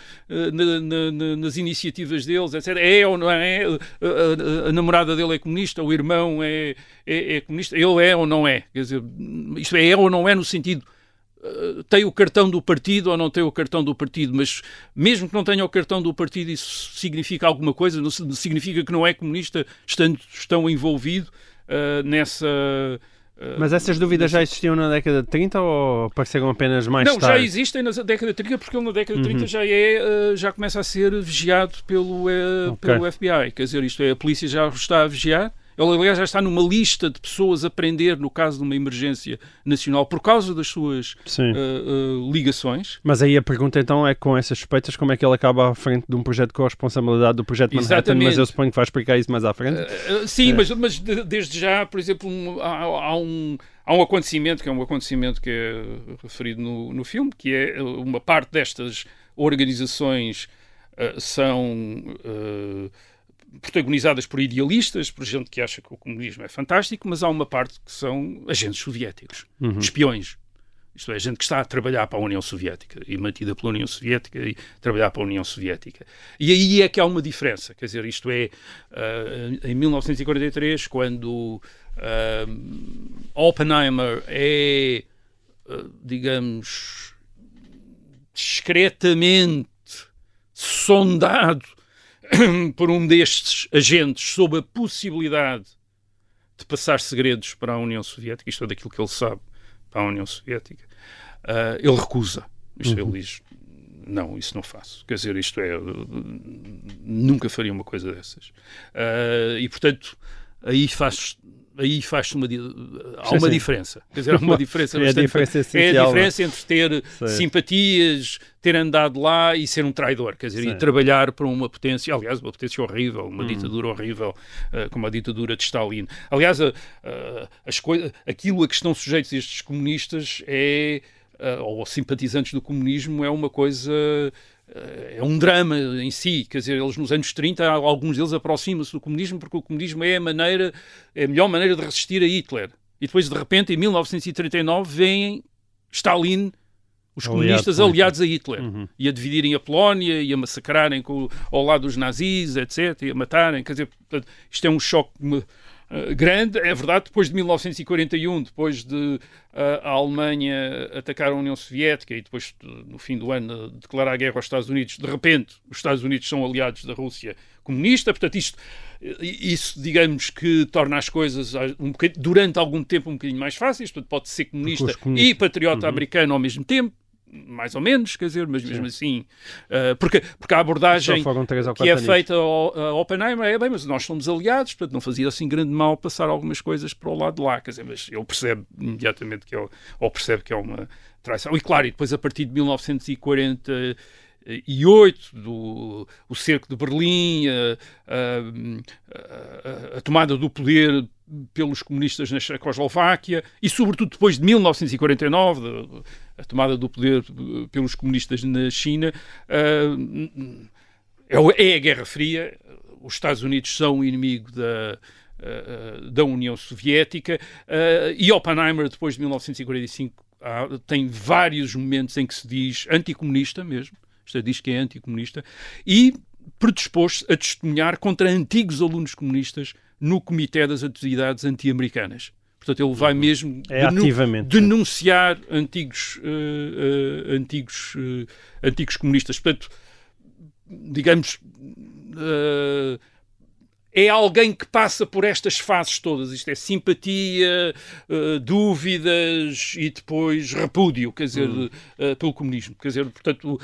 [SPEAKER 7] iniciativas deles, etc. É ou não é? A namorada dele é comunista, o irmão é comunista, ele é ou não é? Quer dizer, isto é ou não é no sentido tem o cartão do partido ou não tem o cartão do partido, mas mesmo que não tenha o cartão do partido, isso significa alguma coisa? Não significa que não é comunista, estão envolvido nessa...
[SPEAKER 6] Mas essas dúvidas já existiam na década de 30 ou apareceram apenas mais tarde?
[SPEAKER 7] Não, já existem na década de 30, porque ele na década de 30 já começa a ser vigiado pelo FBI. Quer dizer, isto é, a polícia já o está a vigiar. Ele, aliás, já está numa lista de pessoas a prender no caso de uma emergência nacional por causa das suas ligações.
[SPEAKER 6] Mas aí a pergunta então é, com essas suspeitas, como é que ele acaba à frente de um projeto com a responsabilidade do projeto Manhattan? Exatamente. Mas eu suponho que vai explicar isso mais à frente.
[SPEAKER 7] Sim, mas desde já, por exemplo, há um acontecimento que é referido no filme, que é uma parte destas organizações são... protagonizadas por idealistas, por gente que acha que o comunismo é fantástico, mas há uma parte que são agentes soviéticos, espiões. Isto é, gente que está a trabalhar para a União Soviética e mantida pela União Soviética e trabalhar para a União Soviética. E aí é que há uma diferença. Quer dizer, isto é, em 1943, quando Oppenheimer é, digamos, discretamente sondado por um destes agentes sob a possibilidade de passar segredos para a União Soviética, isto é daquilo que ele sabe para a União Soviética, ele recusa. Ele diz, não, isso não faço. Quer dizer, isto é, nunca faria uma coisa dessas. E, portanto, aí faz-se há uma diferença. Quer dizer, há uma diferença bastante... É a diferença entre ter simpatias, ter andado lá e ser um traidor. Quer dizer, e trabalhar para uma potência, aliás, uma potência horrível, uma ditadura horrível, como a ditadura de Stalin. Aliás, aquilo a que estão sujeitos estes comunistas ou simpatizantes do comunismo é uma coisa... É um drama em si, quer dizer, eles nos anos 30, alguns deles aproximam-se do comunismo porque o comunismo é a melhor maneira de resistir a Hitler. E depois, de repente, em 1939, vem Stalin, os comunistas aliados a Hitler, e a dividirem a Polónia, e a massacrarem ao lado dos nazis, etc., e a matarem. Quer dizer, isto é um choque grande. É verdade, depois de 1941, depois de a Alemanha atacar a União Soviética e depois, no fim do ano, declarar a guerra aos Estados Unidos, de repente, os Estados Unidos são aliados da Rússia comunista. Portanto, isso digamos que torna as coisas durante algum tempo um bocadinho mais fáceis. Portanto, pode ser comunista e patriota americano ao mesmo tempo, mais ou menos, quer dizer, mas mesmo assim, porque a abordagem que é feita a Oppenheimer é, bem, mas nós somos aliados, portanto não fazia assim grande mal passar algumas coisas para o lado de lá, quer dizer, mas ele percebe imediatamente ou percebe que é uma traição. E claro, e depois a partir de 1948, o cerco de Berlim, a tomada do poder pelos comunistas na Checoslováquia e, sobretudo, depois de 1949, a tomada do poder pelos comunistas na China, é a Guerra Fria. Os Estados Unidos são o inimigo da União Soviética e Oppenheimer, depois de 1945, tem vários momentos em que se diz anticomunista mesmo, isto diz que é anticomunista, e predisposto a testemunhar contra antigos alunos comunistas no Comitê das Atividades Anti-Americanas. Portanto, ele vai mesmo denunciar antigos comunistas. Portanto, digamos, é alguém que passa por estas fases todas. Isto é simpatia, dúvidas e depois repúdio, quer dizer, pelo comunismo. Quer dizer, portanto,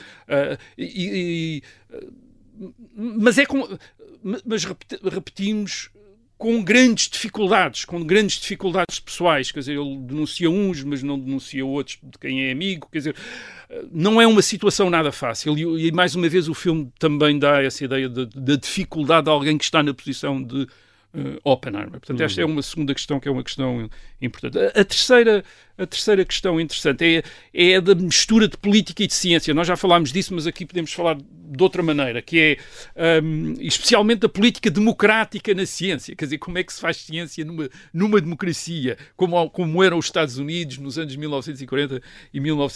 [SPEAKER 7] mas repetimos com grandes dificuldades pessoais, quer dizer, ele denuncia uns, mas não denuncia outros de quem é amigo, quer dizer, não é uma situação nada fácil, e mais uma vez o filme também dá essa ideia da dificuldade de alguém que está na posição de Oppenheimer. Portanto, esta é uma segunda questão que é uma questão importante. A terceira questão interessante é a da mistura de política e de ciência. Nós já falámos disso, mas aqui podemos falar de outra maneira, que é especialmente a política democrática na ciência. Quer dizer, como é que se faz ciência numa democracia, como eram os Estados Unidos nos anos 1940 e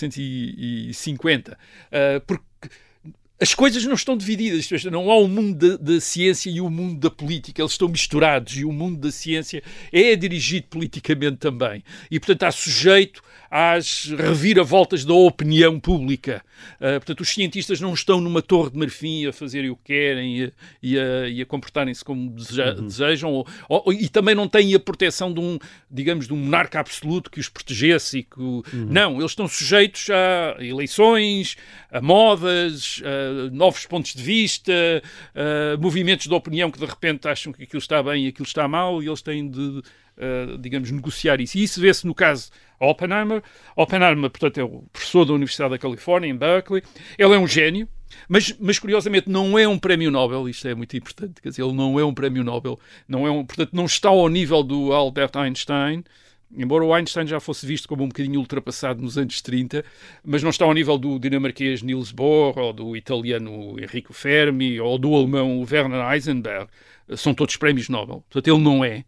[SPEAKER 7] 1950. Porque as coisas não estão divididas, não há o mundo da ciência e o mundo da política, eles estão misturados, e o mundo da ciência é dirigido politicamente também. E, portanto, está sujeito às reviravoltas da opinião pública. Portanto, os cientistas não estão numa torre de marfim a fazerem o que querem e a comportarem-se como desejam, e também não têm a proteção de um monarca absoluto que os protegesse. Não, eles estão sujeitos a eleições, a modas, novos pontos de vista, movimentos de opinião que de repente acham que aquilo está bem e aquilo está mal, e eles têm de, negociar isso. E isso vê-se no caso Oppenheimer. Oppenheimer, portanto, é o professor da Universidade da Califórnia, em Berkeley. Ele é um gênio, mas curiosamente não é um prémio Nobel. Isto é muito importante, quer dizer, ele não é um prémio Nobel, portanto, não está ao nível do Albert Einstein, embora o Einstein já fosse visto como um bocadinho ultrapassado nos anos 30, mas não está ao nível do dinamarquês Niels Bohr, ou do italiano Enrico Fermi, ou do alemão Werner Heisenberg. São todos prémios Nobel. Portanto, ele não é.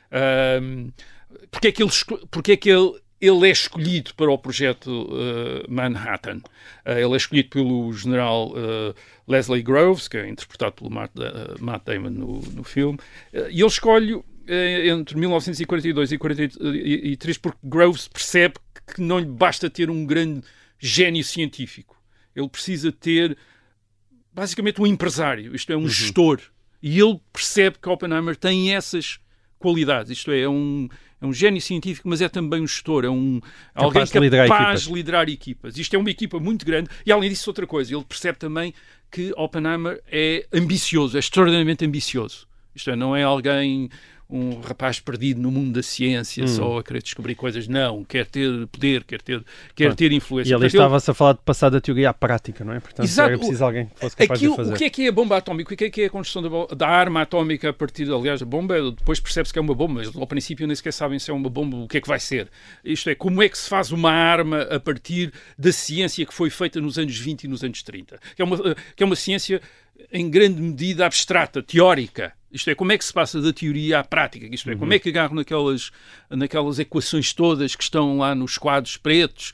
[SPEAKER 7] Porque é que ele é escolhido para o projeto Manhattan? Ele é escolhido pelo general Leslie Groves, que é interpretado pelo Matt Damon no filme, e ele escolhe entre 1942 e 1943 porque Groves percebe que não lhe basta ter um grande gênio científico. Ele precisa ter, basicamente, um empresário, isto é, um gestor. E ele percebe que Oppenheimer tem essas qualidades, isto é um gênio científico, mas é também um gestor, é alguém capaz de liderar equipas. Isto é uma equipa muito grande, e além disso outra coisa, ele percebe também que Oppenheimer é ambicioso, é extraordinariamente ambicioso. Isto é, não é alguém, um rapaz perdido no mundo da ciência, só a querer descobrir coisas. Não, quer ter poder, quer ter influência.
[SPEAKER 6] E ali estava-se a falar de passar da teoria à prática, não é? Portanto,
[SPEAKER 7] exato,
[SPEAKER 6] era preciso alguém que fosse capaz de fazer.
[SPEAKER 7] O que é a bomba atómica? O que é a construção da arma atómica a partir, aliás, a bomba, depois percebe-se que é uma bomba, mas ao princípio nem sequer sabem se é uma bomba, o que é que vai ser. Isto é, como é que se faz uma arma a partir da ciência que foi feita nos anos 20 e nos anos 30? Que é uma ciência em grande medida abstrata, teórica. Isto é, como é que se passa da teoria à prática? Isto é, como é que agarro naquelas equações todas que estão lá nos quadros pretos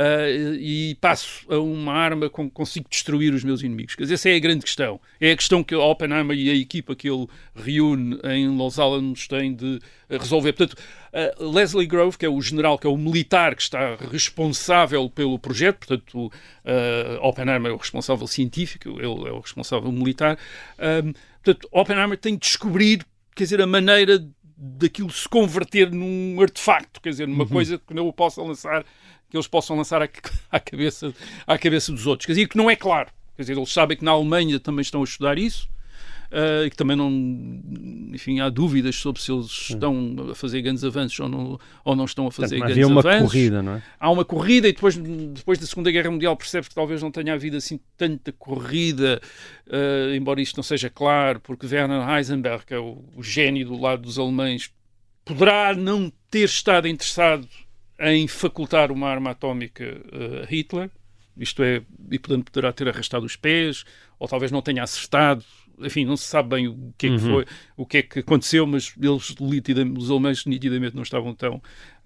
[SPEAKER 7] e passo a uma arma com que consigo destruir os meus inimigos? Quer dizer, essa é a grande questão. É a questão que Oppenheimer e a equipa que ele reúne em Los Alamos têm de resolver. Portanto, Leslie Groves, que é o general, que é o militar que está responsável pelo projeto, portanto, Oppenheimer é o responsável científico, ele é o responsável militar. Portanto, Oppenheimer tem de descobrir, quer dizer, a maneira daquilo se converter num artefacto, quer dizer, numa coisa que não o possa lançar, que eles possam lançar à cabeça dos outros. Quer dizer, que não é claro. Quer dizer, eles sabem que na Alemanha também estão a estudar isso, e que também não, enfim, há dúvidas sobre se eles estão a fazer grandes avanços ou não estão a fazer grandes avanços.
[SPEAKER 6] Havia uma corrida, não é?
[SPEAKER 7] Há uma corrida, e depois da Segunda Guerra Mundial percebe que talvez não tenha havido assim tanta corrida, embora isto não seja claro, porque Werner Heisenberg, que é o gênio do lado dos alemães, poderá não ter estado interessado em facultar uma arma atómica a Hitler, isto é, e portanto poderá ter arrastado os pés, ou talvez não tenha acertado. Enfim, não se sabe bem o que é que foi, o que é que aconteceu, mas os alemães nitidamente não estavam tão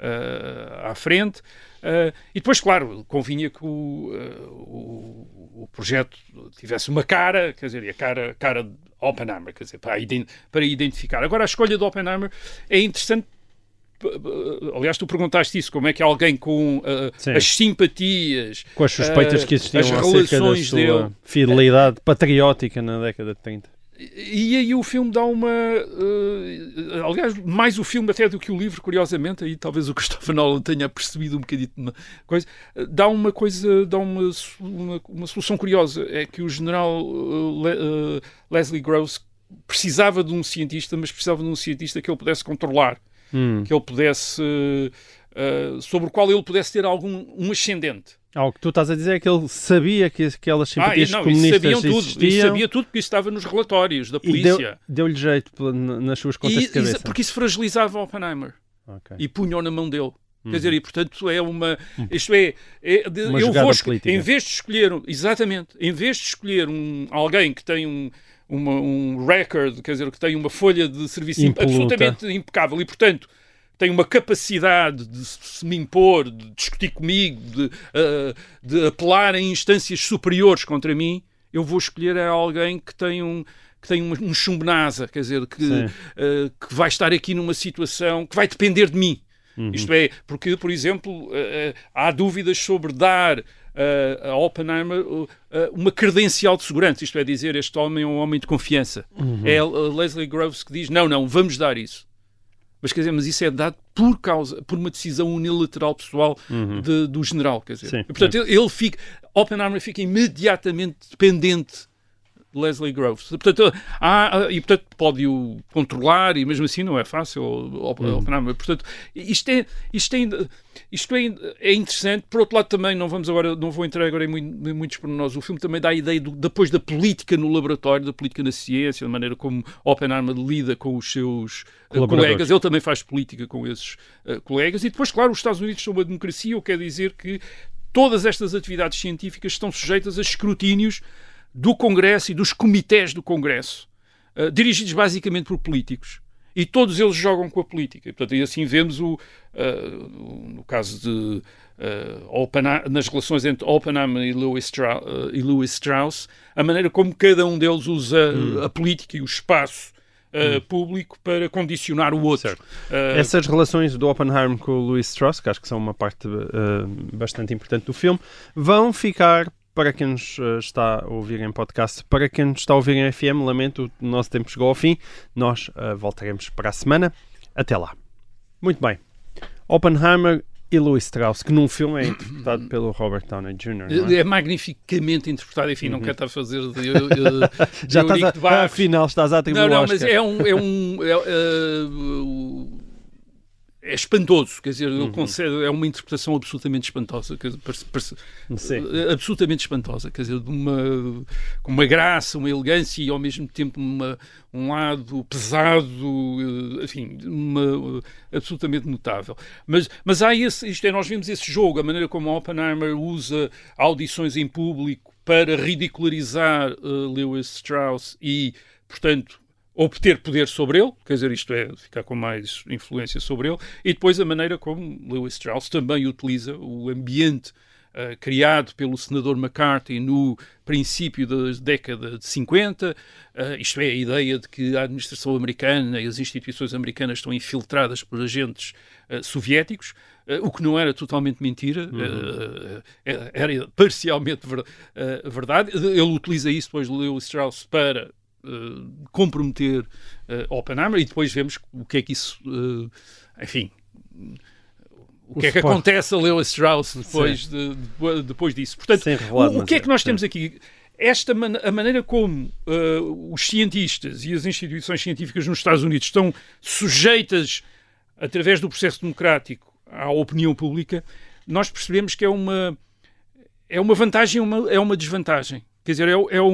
[SPEAKER 7] à frente. E depois, claro, convinha que o projeto tivesse uma cara, quer dizer, a cara de Oppenheimer, quer dizer, para identificar. Agora, a escolha de Oppenheimer é interessante. Aliás, tu perguntaste isso, como é que alguém com as simpatias,
[SPEAKER 6] com as suspeitas que existiam
[SPEAKER 7] as relações
[SPEAKER 6] da sua fidelidade patriótica na década de 30.
[SPEAKER 7] E aí o filme dá uma... aliás, mais o filme até do que o livro, curiosamente, aí talvez o Christopher Nolan tenha percebido um bocadinho de uma coisa, dá uma solução curiosa, é que o general Leslie Groves precisava de um cientista, mas precisava de um cientista que ele pudesse controlar, que ele pudesse... sobre o qual ele pudesse ter um ascendente.
[SPEAKER 6] O que tu estás a dizer é que ele sabia que aquelas simpatias comunistas existiam.
[SPEAKER 7] Ele sabia tudo, porque isso estava nos relatórios da polícia.
[SPEAKER 6] Deu-lhe jeito nas suas contas de cabeça.
[SPEAKER 7] Porque isso fragilizava Oppenheimer. E punha-o na mão dele. Quer dizer, e portanto é uma... Isto é
[SPEAKER 6] uma
[SPEAKER 7] eu vou
[SPEAKER 6] política.
[SPEAKER 7] Em vez de escolher... Exatamente. Em vez de escolher alguém que tem um record, quer dizer, que tem uma folha de serviço absolutamente impecável e, portanto, tem uma capacidade de se me impor, de discutir comigo, de apelar em instâncias superiores contra mim, eu vou escolher alguém que tem um chumbo na asa, quer dizer, que vai estar aqui numa situação que vai depender de mim. Isto é, porque, por exemplo, há dúvidas sobre dar a Oppenheimer uma credencial de segurança, isto é dizer, este homem é um homem de confiança. É a Leslie Groves que diz, não, vamos dar isso. Mas, quer dizer, isso é dado por uma decisão unilateral pessoal do general, quer dizer. E, portanto, Oppenheimer fica imediatamente dependente de Leslie Groves. Portanto, portanto pode-o controlar e mesmo assim não é fácil. Oppenheimer. Portanto, isto é interessante. Por outro lado, também não vou entrar agora em muitos pormenores. O filme também dá a ideia depois da política no laboratório, da política na ciência, da maneira como Oppenheimer lida com os seus colegas. Ele também faz política com esses colegas. E depois, claro, os Estados Unidos são uma democracia, o que quer dizer que todas estas atividades científicas estão sujeitas a escrutínios do Congresso e dos comitês do Congresso, dirigidos basicamente por políticos. E todos eles jogam com a política. E, portanto, e assim vemos no caso de nas relações entre Oppenheimer e Lewis Strauss, a maneira como cada um deles usa a política e o espaço público para condicionar o outro.
[SPEAKER 6] Essas relações do Oppenheimer com o Lewis Strauss, que acho que são uma parte bastante importante do filme, vão ficar... Para quem nos está a ouvir em podcast, para quem nos está a ouvir em FM, lamento, o nosso tempo chegou ao fim. Nós voltaremos para a semana. Até lá. Muito bem. Oppenheimer e Lewis Strauss, que num filme é interpretado pelo Robert Downey Jr.
[SPEAKER 7] É magnificamente interpretado. Enfim, não quero estar a fazer
[SPEAKER 6] já estás afinal estás a atribuir
[SPEAKER 7] Não, mas é espantoso, quer dizer, é uma interpretação absolutamente espantosa, quer dizer, absolutamente espantosa, quer dizer, com uma graça, uma elegância e ao mesmo tempo um lado pesado, enfim, absolutamente notável. Mas há nós vemos esse jogo, a maneira como Oppenheimer usa audições em público para ridicularizar Lewis Strauss e, portanto, obter poder sobre ele, quer dizer, isto é, ficar com mais influência sobre ele, e depois a maneira como Lewis Strauss também utiliza o ambiente criado pelo senador McCarthy no princípio da década de 50, isto é, a ideia de que a administração americana e as instituições americanas estão infiltradas por agentes soviéticos, o que não era totalmente mentira, era parcialmente verdade. Ele utiliza isso depois, Lewis Strauss, para comprometer Oppenheimer, e depois vemos o que é que isso enfim, o que é que acontece a Lewis Strauss depois disso. Portanto, o que é que nós temos aqui? A maneira como os cientistas e as instituições científicas nos Estados Unidos estão sujeitas, através do processo democrático, à opinião pública, nós percebemos que é uma vantagem e é uma desvantagem. Quer dizer,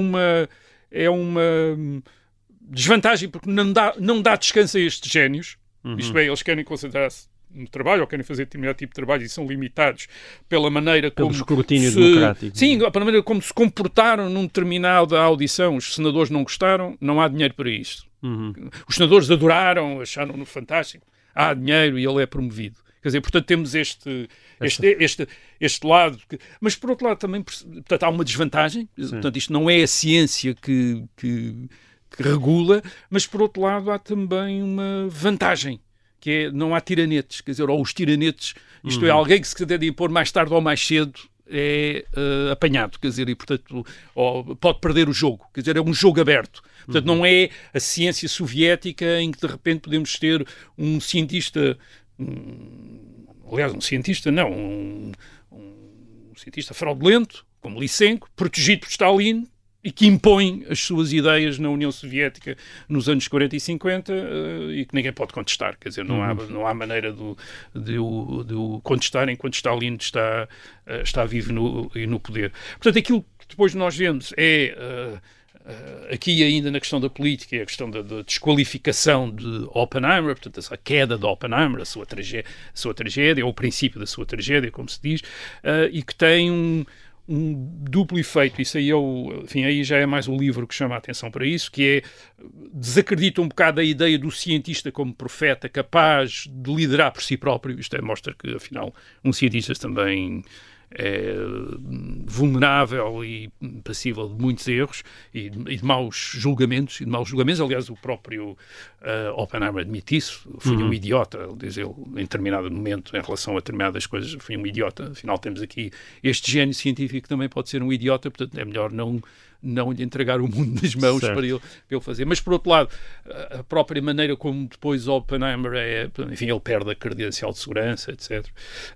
[SPEAKER 7] é uma desvantagem porque não dá descanso a estes génios. Isto é, eles querem concentrar-se no trabalho ou querem fazer determinado tipo de trabalho e são limitados pela maneira como...
[SPEAKER 6] Pelo escrutínio democrático.
[SPEAKER 7] Sim, pela maneira como se comportaram num determinado audição. Os senadores não gostaram, não há dinheiro para isto. Os senadores adoraram, acharam-no fantástico. Há dinheiro e ele é promovido. Quer dizer, portanto, temos este lado. Mas, por outro lado, também portanto, há uma desvantagem. Portanto, isto não é a ciência que regula, mas, por outro lado, há também uma vantagem, que é não há tiranetes. Quer dizer, ou os tiranetes, isto é, alguém que se deve impor mais tarde ou mais cedo é apanhado, quer dizer, e, portanto, pode perder o jogo. Quer dizer, é um jogo aberto. Portanto, não é a ciência soviética em que, de repente, podemos ter um cientista... aliás, um cientista não, um cientista fraudulento, como Lysenko, protegido por Stalin, e que impõe as suas ideias na União Soviética nos anos 40 e 50 e que ninguém pode contestar. Quer dizer, não há maneira de o contestar enquanto Stalin está vivo no poder. Portanto, aquilo que depois nós vemos é... aqui ainda na questão da política, a questão da desqualificação de Oppenheimer, portanto essa queda de Oppenheimer, a sua tragédia, ou o princípio da sua tragédia, como se diz, e que tem um duplo efeito. Isso aí aí já é mais o livro que chama a atenção para isso, que é, desacredita um bocado a ideia do cientista como profeta capaz de liderar por si próprio. Isto mostra que afinal um cientista também é vulnerável e passível de muitos erros e de maus julgamentos. Aliás, o próprio Oppenheimer admite isso. Fui um idiota, diz ele, em determinado momento, em relação a determinadas coisas. Fui um idiota. Afinal, temos aqui este gênio científico que também pode ser um idiota, portanto é melhor não lhe entregar o mundo nas mãos para ele fazer. Mas, por outro lado, a própria maneira como depois Oppenheimer enfim, ele perde a credencial de segurança, etc.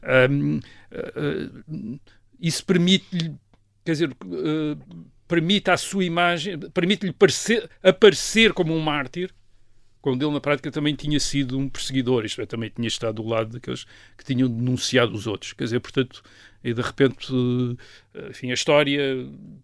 [SPEAKER 7] Isso permite-lhe, quer dizer, permite à sua imagem, permite-lhe aparecer como um mártir, quando ele na prática também tinha sido um perseguidor, isto é, também tinha estado do lado daqueles que tinham denunciado os outros. Quer dizer, portanto, e de repente, enfim, a história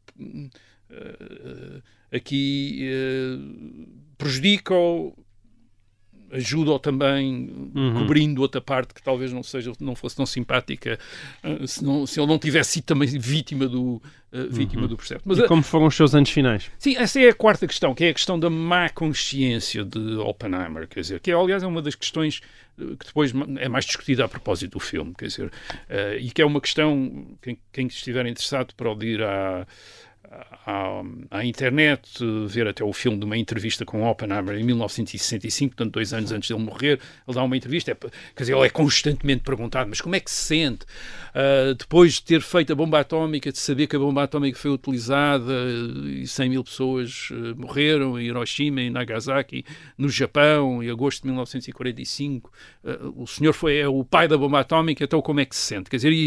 [SPEAKER 7] aqui prejudica-o, ajuda-o também, cobrindo outra parte que talvez não fosse tão simpática, se ele não tivesse sido também vítima do processo. Mas,
[SPEAKER 6] e como foram os seus anos finais?
[SPEAKER 7] Sim, essa é a quarta questão, que é a questão da má consciência de Oppenheimer, quer dizer, que aliás é uma das questões que depois é mais discutida a propósito do filme, quer dizer, e que é uma questão, quem estiver interessado pode ir à internet, ver até o filme de uma entrevista com Oppenheimer em 1965, portanto 2 anos antes de ele morrer. Ele dá uma entrevista, quer dizer, ele é constantemente perguntado, mas como é que se sente depois de ter feito a bomba atómica, de saber que a bomba atómica foi utilizada e 100 mil pessoas morreram em Hiroshima e Nagasaki, no Japão, em agosto de 1945. O senhor é o pai da bomba atómica, então como é que se sente? Quer dizer,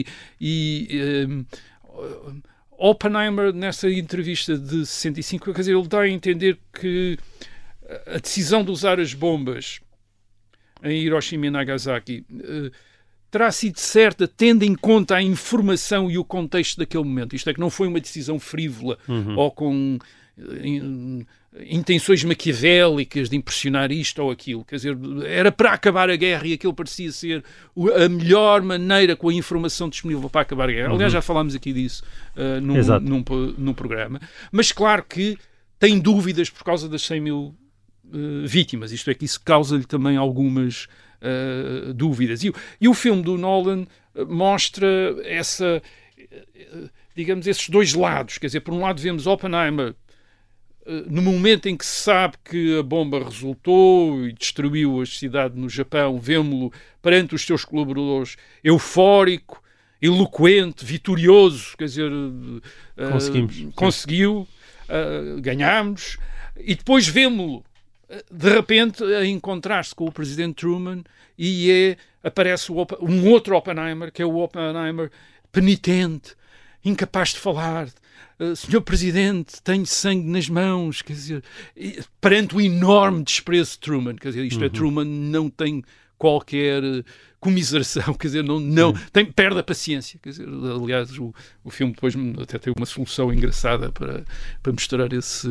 [SPEAKER 7] Oppenheimer, nessa entrevista de 65, quer dizer, ele dá a entender que a decisão de usar as bombas em Hiroshima e Nagasaki terá sido certa, tendo em conta a informação e o contexto daquele momento. Isto é, que não foi uma decisão frívola ou com intenções maquiavélicas de impressionar isto ou aquilo. Quer dizer, era para acabar a guerra e aquilo parecia ser a melhor maneira com a informação disponível para acabar a guerra. Aliás, já falámos aqui disso num programa. Mas claro que tem dúvidas por causa das 100 mil vítimas. Isto é, que isso causa-lhe também algumas dúvidas. E o filme do Nolan mostra digamos, esses dois lados. Quer dizer, por um lado vemos Oppenheimer no momento em que se sabe que a bomba resultou e destruiu a cidade no Japão, vemo-lo perante os seus colaboradores eufórico, eloquente, vitorioso, quer dizer, conseguiu, ganhámos, e depois vemo-lo de repente a encontrar-se com o presidente Truman e aparece um outro Oppenheimer, que é o Oppenheimer penitente, incapaz de falar. Senhor Presidente, tenho sangue nas mãos, quer dizer, perante o enorme desprezo de Truman, quer dizer, isto é, Truman não tem qualquer comiseração, quer dizer, perde a paciência, quer dizer, aliás, o filme depois até tem uma solução engraçada para mostrar esse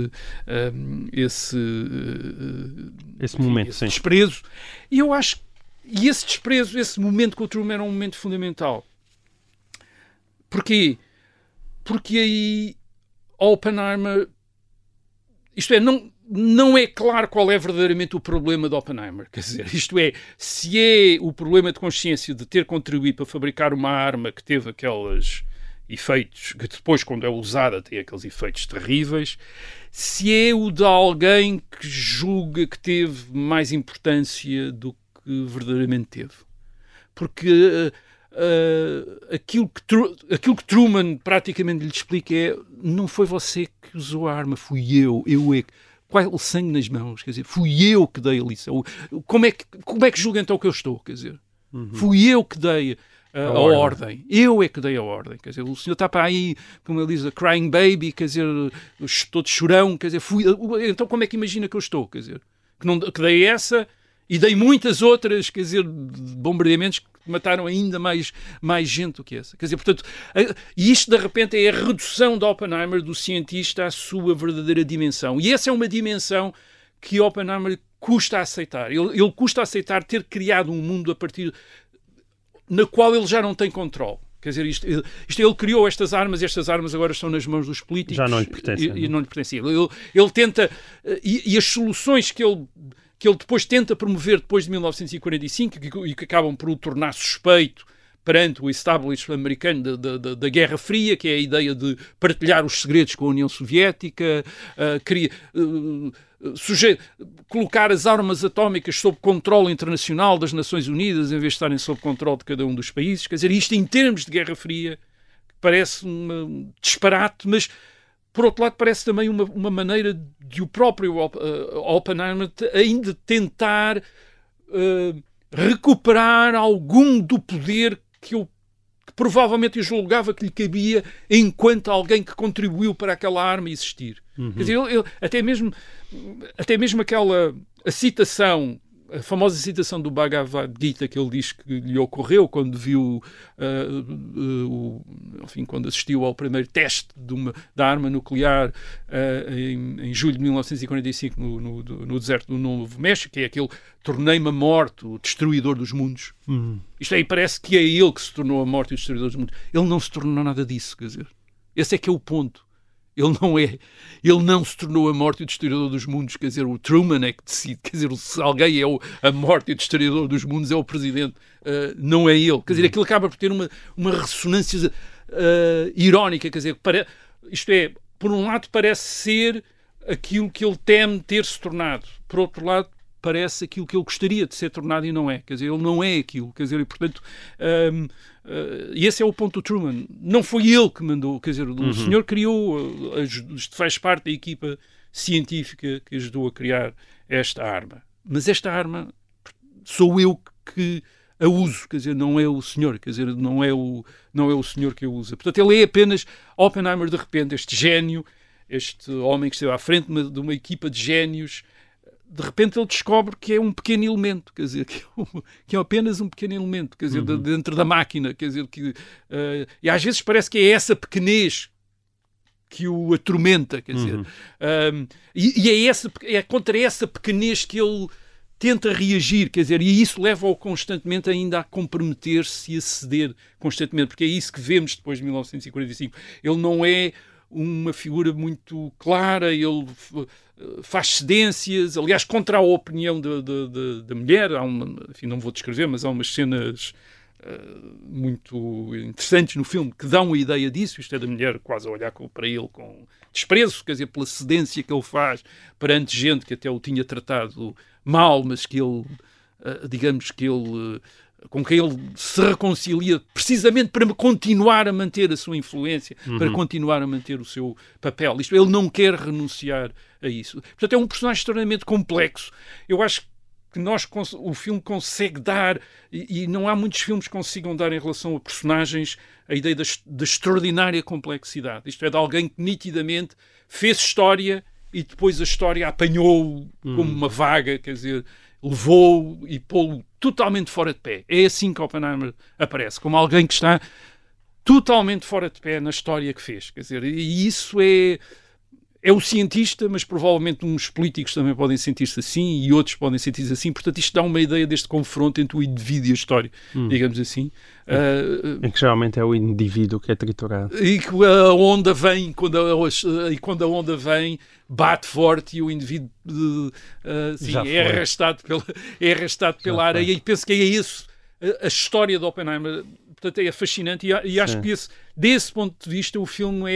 [SPEAKER 6] momento,
[SPEAKER 7] esse desprezo. E eu acho que esse desprezo, esse momento com o Truman era um momento fundamental. Porquê? Porque aí Oppenheimer, isto é, não é claro qual é verdadeiramente o problema de Oppenheimer. Quer dizer, isto é, se é o problema de consciência de ter contribuído para fabricar uma arma que teve aqueles efeitos, que depois, quando é usada, tem aqueles efeitos terríveis, se é o de alguém que julga que teve mais importância do que verdadeiramente teve. Porque aquilo que Truman praticamente lhe explica não foi você que usou a arma, fui eu qual o sangue nas mãos, quer dizer, fui eu que dei a lição. Como é que julga então que eu estou, quer dizer, fui eu que dei a ordem. Eu é que dei a ordem. Quer dizer, o senhor está para aí, como ele diz, a crying baby, quer dizer, todo chorão, quer dizer, então como é que imagina que eu estou? Quer dizer, que dei essa e dei muitas outras, quer dizer, bombardeamentos que mataram ainda mais gente do que essa. Quer dizer, portanto, e isto de repente é a redução de Oppenheimer, do cientista, à sua verdadeira dimensão. E essa é uma dimensão que Oppenheimer custa a aceitar. Ele custa a aceitar ter criado um mundo a partir na qual ele já não tem controle. Quer dizer, ele criou estas armas e estas armas agora estão nas mãos dos políticos.
[SPEAKER 6] Já não lhe pertencem.
[SPEAKER 7] E não lhe pertenciam. Ele tenta... E as soluções que ele depois tenta promover depois de 1945 e que acabam por o tornar suspeito perante o establishment americano da Guerra Fria, que é a ideia de partilhar os segredos com a União Soviética, colocar as armas atómicas sob controle internacional das Nações Unidas em vez de estarem sob controle de cada um dos países. Quer dizer, isto em termos de Guerra Fria parece um disparate, mas por outro lado parece também uma maneira de o próprio Oppenheimer ainda tentar recuperar algum do poder que provavelmente eu julgava que lhe cabia enquanto alguém que contribuiu para aquela arma existir. Quer dizer, ele, até mesmo a citação, a famosa citação do Bhagavad Gita que ele diz que lhe ocorreu quando viu, quando assistiu ao primeiro teste da arma nuclear em julho de 1945 no deserto do Novo México, que é aquele tornei-me a morte, o destruidor dos mundos. Isto aí parece que é ele que se tornou a morte e o destruidor dos mundos. Ele não se tornou nada disso, quer dizer. Esse é que é o ponto. Ele não se tornou a morte e o destruidor dos mundos, quer dizer, o Truman é que decide, quer dizer, se alguém é a morte e o destruidor dos mundos é o presidente, não é ele. Quer dizer, aquilo acaba por ter uma ressonância irónica, quer dizer, isto é, por um lado parece ser aquilo que ele teme ter-se tornado, por outro lado parece aquilo que ele gostaria de ser tornado e não é, quer dizer, ele não é aquilo, quer dizer, e portanto... e esse é o ponto do Truman. Não foi ele que mandou, quer dizer, o senhor criou, faz parte da equipa científica que ajudou a criar esta arma. Mas esta arma sou eu que a uso, quer dizer, não é o senhor, quer dizer, não é o senhor que a usa. Portanto, ele é apenas Oppenheimer, de repente, este gênio, este homem que esteve à frente de uma equipa de génios. De repente ele descobre que é um pequeno elemento, quer dizer, que é apenas um pequeno elemento, quer dizer, dentro da máquina, quer dizer, e às vezes parece que é essa pequenez que o atormenta, quer dizer, e é contra essa pequenez que ele tenta reagir, quer dizer, e isso leva-o constantemente ainda a comprometer-se e a ceder constantemente, porque é isso que vemos depois de 1945. Ele não é uma figura muito clara, ele faz cedências, aliás, contra a opinião da mulher. Enfim, não vou descrever, mas há umas cenas muito interessantes no filme que dão a ideia disso. Isto é da mulher quase a olhar para ele com desprezo, quer dizer, pela cedência que ele faz perante gente que até o tinha tratado mal, mas que ele, digamos que ele... com quem ele se reconcilia precisamente para continuar a manter a sua influência, para continuar a manter o seu papel. Isto, ele não quer renunciar a isso. Portanto, é um personagem extremamente complexo. Eu acho que o filme consegue dar, e não há muitos filmes que consigam dar em relação a personagens, a ideia da extraordinária complexidade. Isto é, de alguém que nitidamente fez história e depois a história apanhou como uma vaga, quer dizer, levou e pô-lo totalmente fora de pé. É assim que Oppenheimer aparece, como alguém que está totalmente fora de pé na história que fez. Quer dizer, e isso é o cientista, mas provavelmente uns políticos também podem sentir-se assim e outros podem sentir-se assim. Portanto, isto dá uma ideia deste confronto entre o indivíduo e a história, digamos assim.
[SPEAKER 6] É que geralmente é o indivíduo que é triturado.
[SPEAKER 7] E que a onda vem, quando a onda vem, bate forte e o indivíduo é arrastado pela areia. E penso que é isso a história de Oppenheimer. Portanto, é fascinante e acho que desse ponto de vista o filme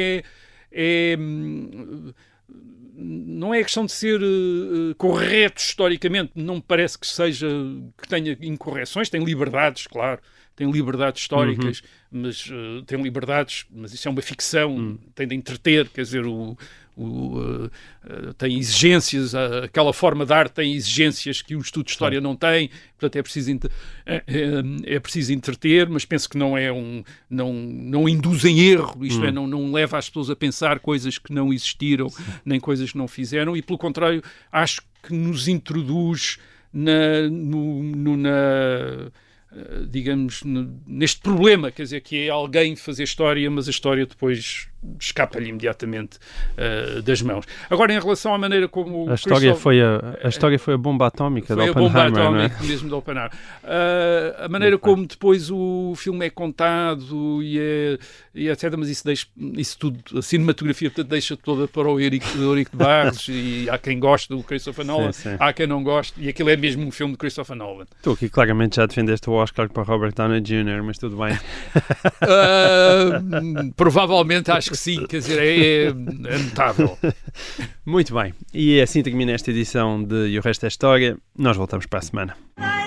[SPEAKER 7] não é questão de ser correto historicamente, não me parece que tenha incorreções, tem liberdades, claro, tem liberdades históricas, mas tem liberdades, mas isso é uma ficção, tem de entreter, quer dizer, tem exigências, aquela forma de arte tem exigências que um estudo de história não tem, portanto é preciso entreter, mas penso que não induz em erro, isto é, não leva as pessoas a pensar coisas que não existiram, nem coisas que não fizeram, e pelo contrário, acho que nos introduz digamos, neste problema, quer dizer, que é alguém fazer história, mas a história depois escapa-lhe imediatamente das mãos. Agora, em relação à maneira como...
[SPEAKER 6] A história foi a bomba atómica de Oppenheimer,
[SPEAKER 7] foi a bomba atómica mesmo de Oppenheimer. A maneira como depois o filme é contado e etc., mas isso tudo, a cinematografia, portanto, deixa toda para o Eurico de Barros, e há quem goste do Christopher Nolan, há quem não goste, e aquilo é mesmo um filme de Christopher Nolan.
[SPEAKER 6] Tu aqui claramente já defendeste o Oscar para Robert Downey Jr., mas tudo bem.
[SPEAKER 7] Provavelmente acho que sim, quer dizer, é notável.
[SPEAKER 6] Muito bem, e assim termina esta edição de E o Resto é História. Nós voltamos para a semana.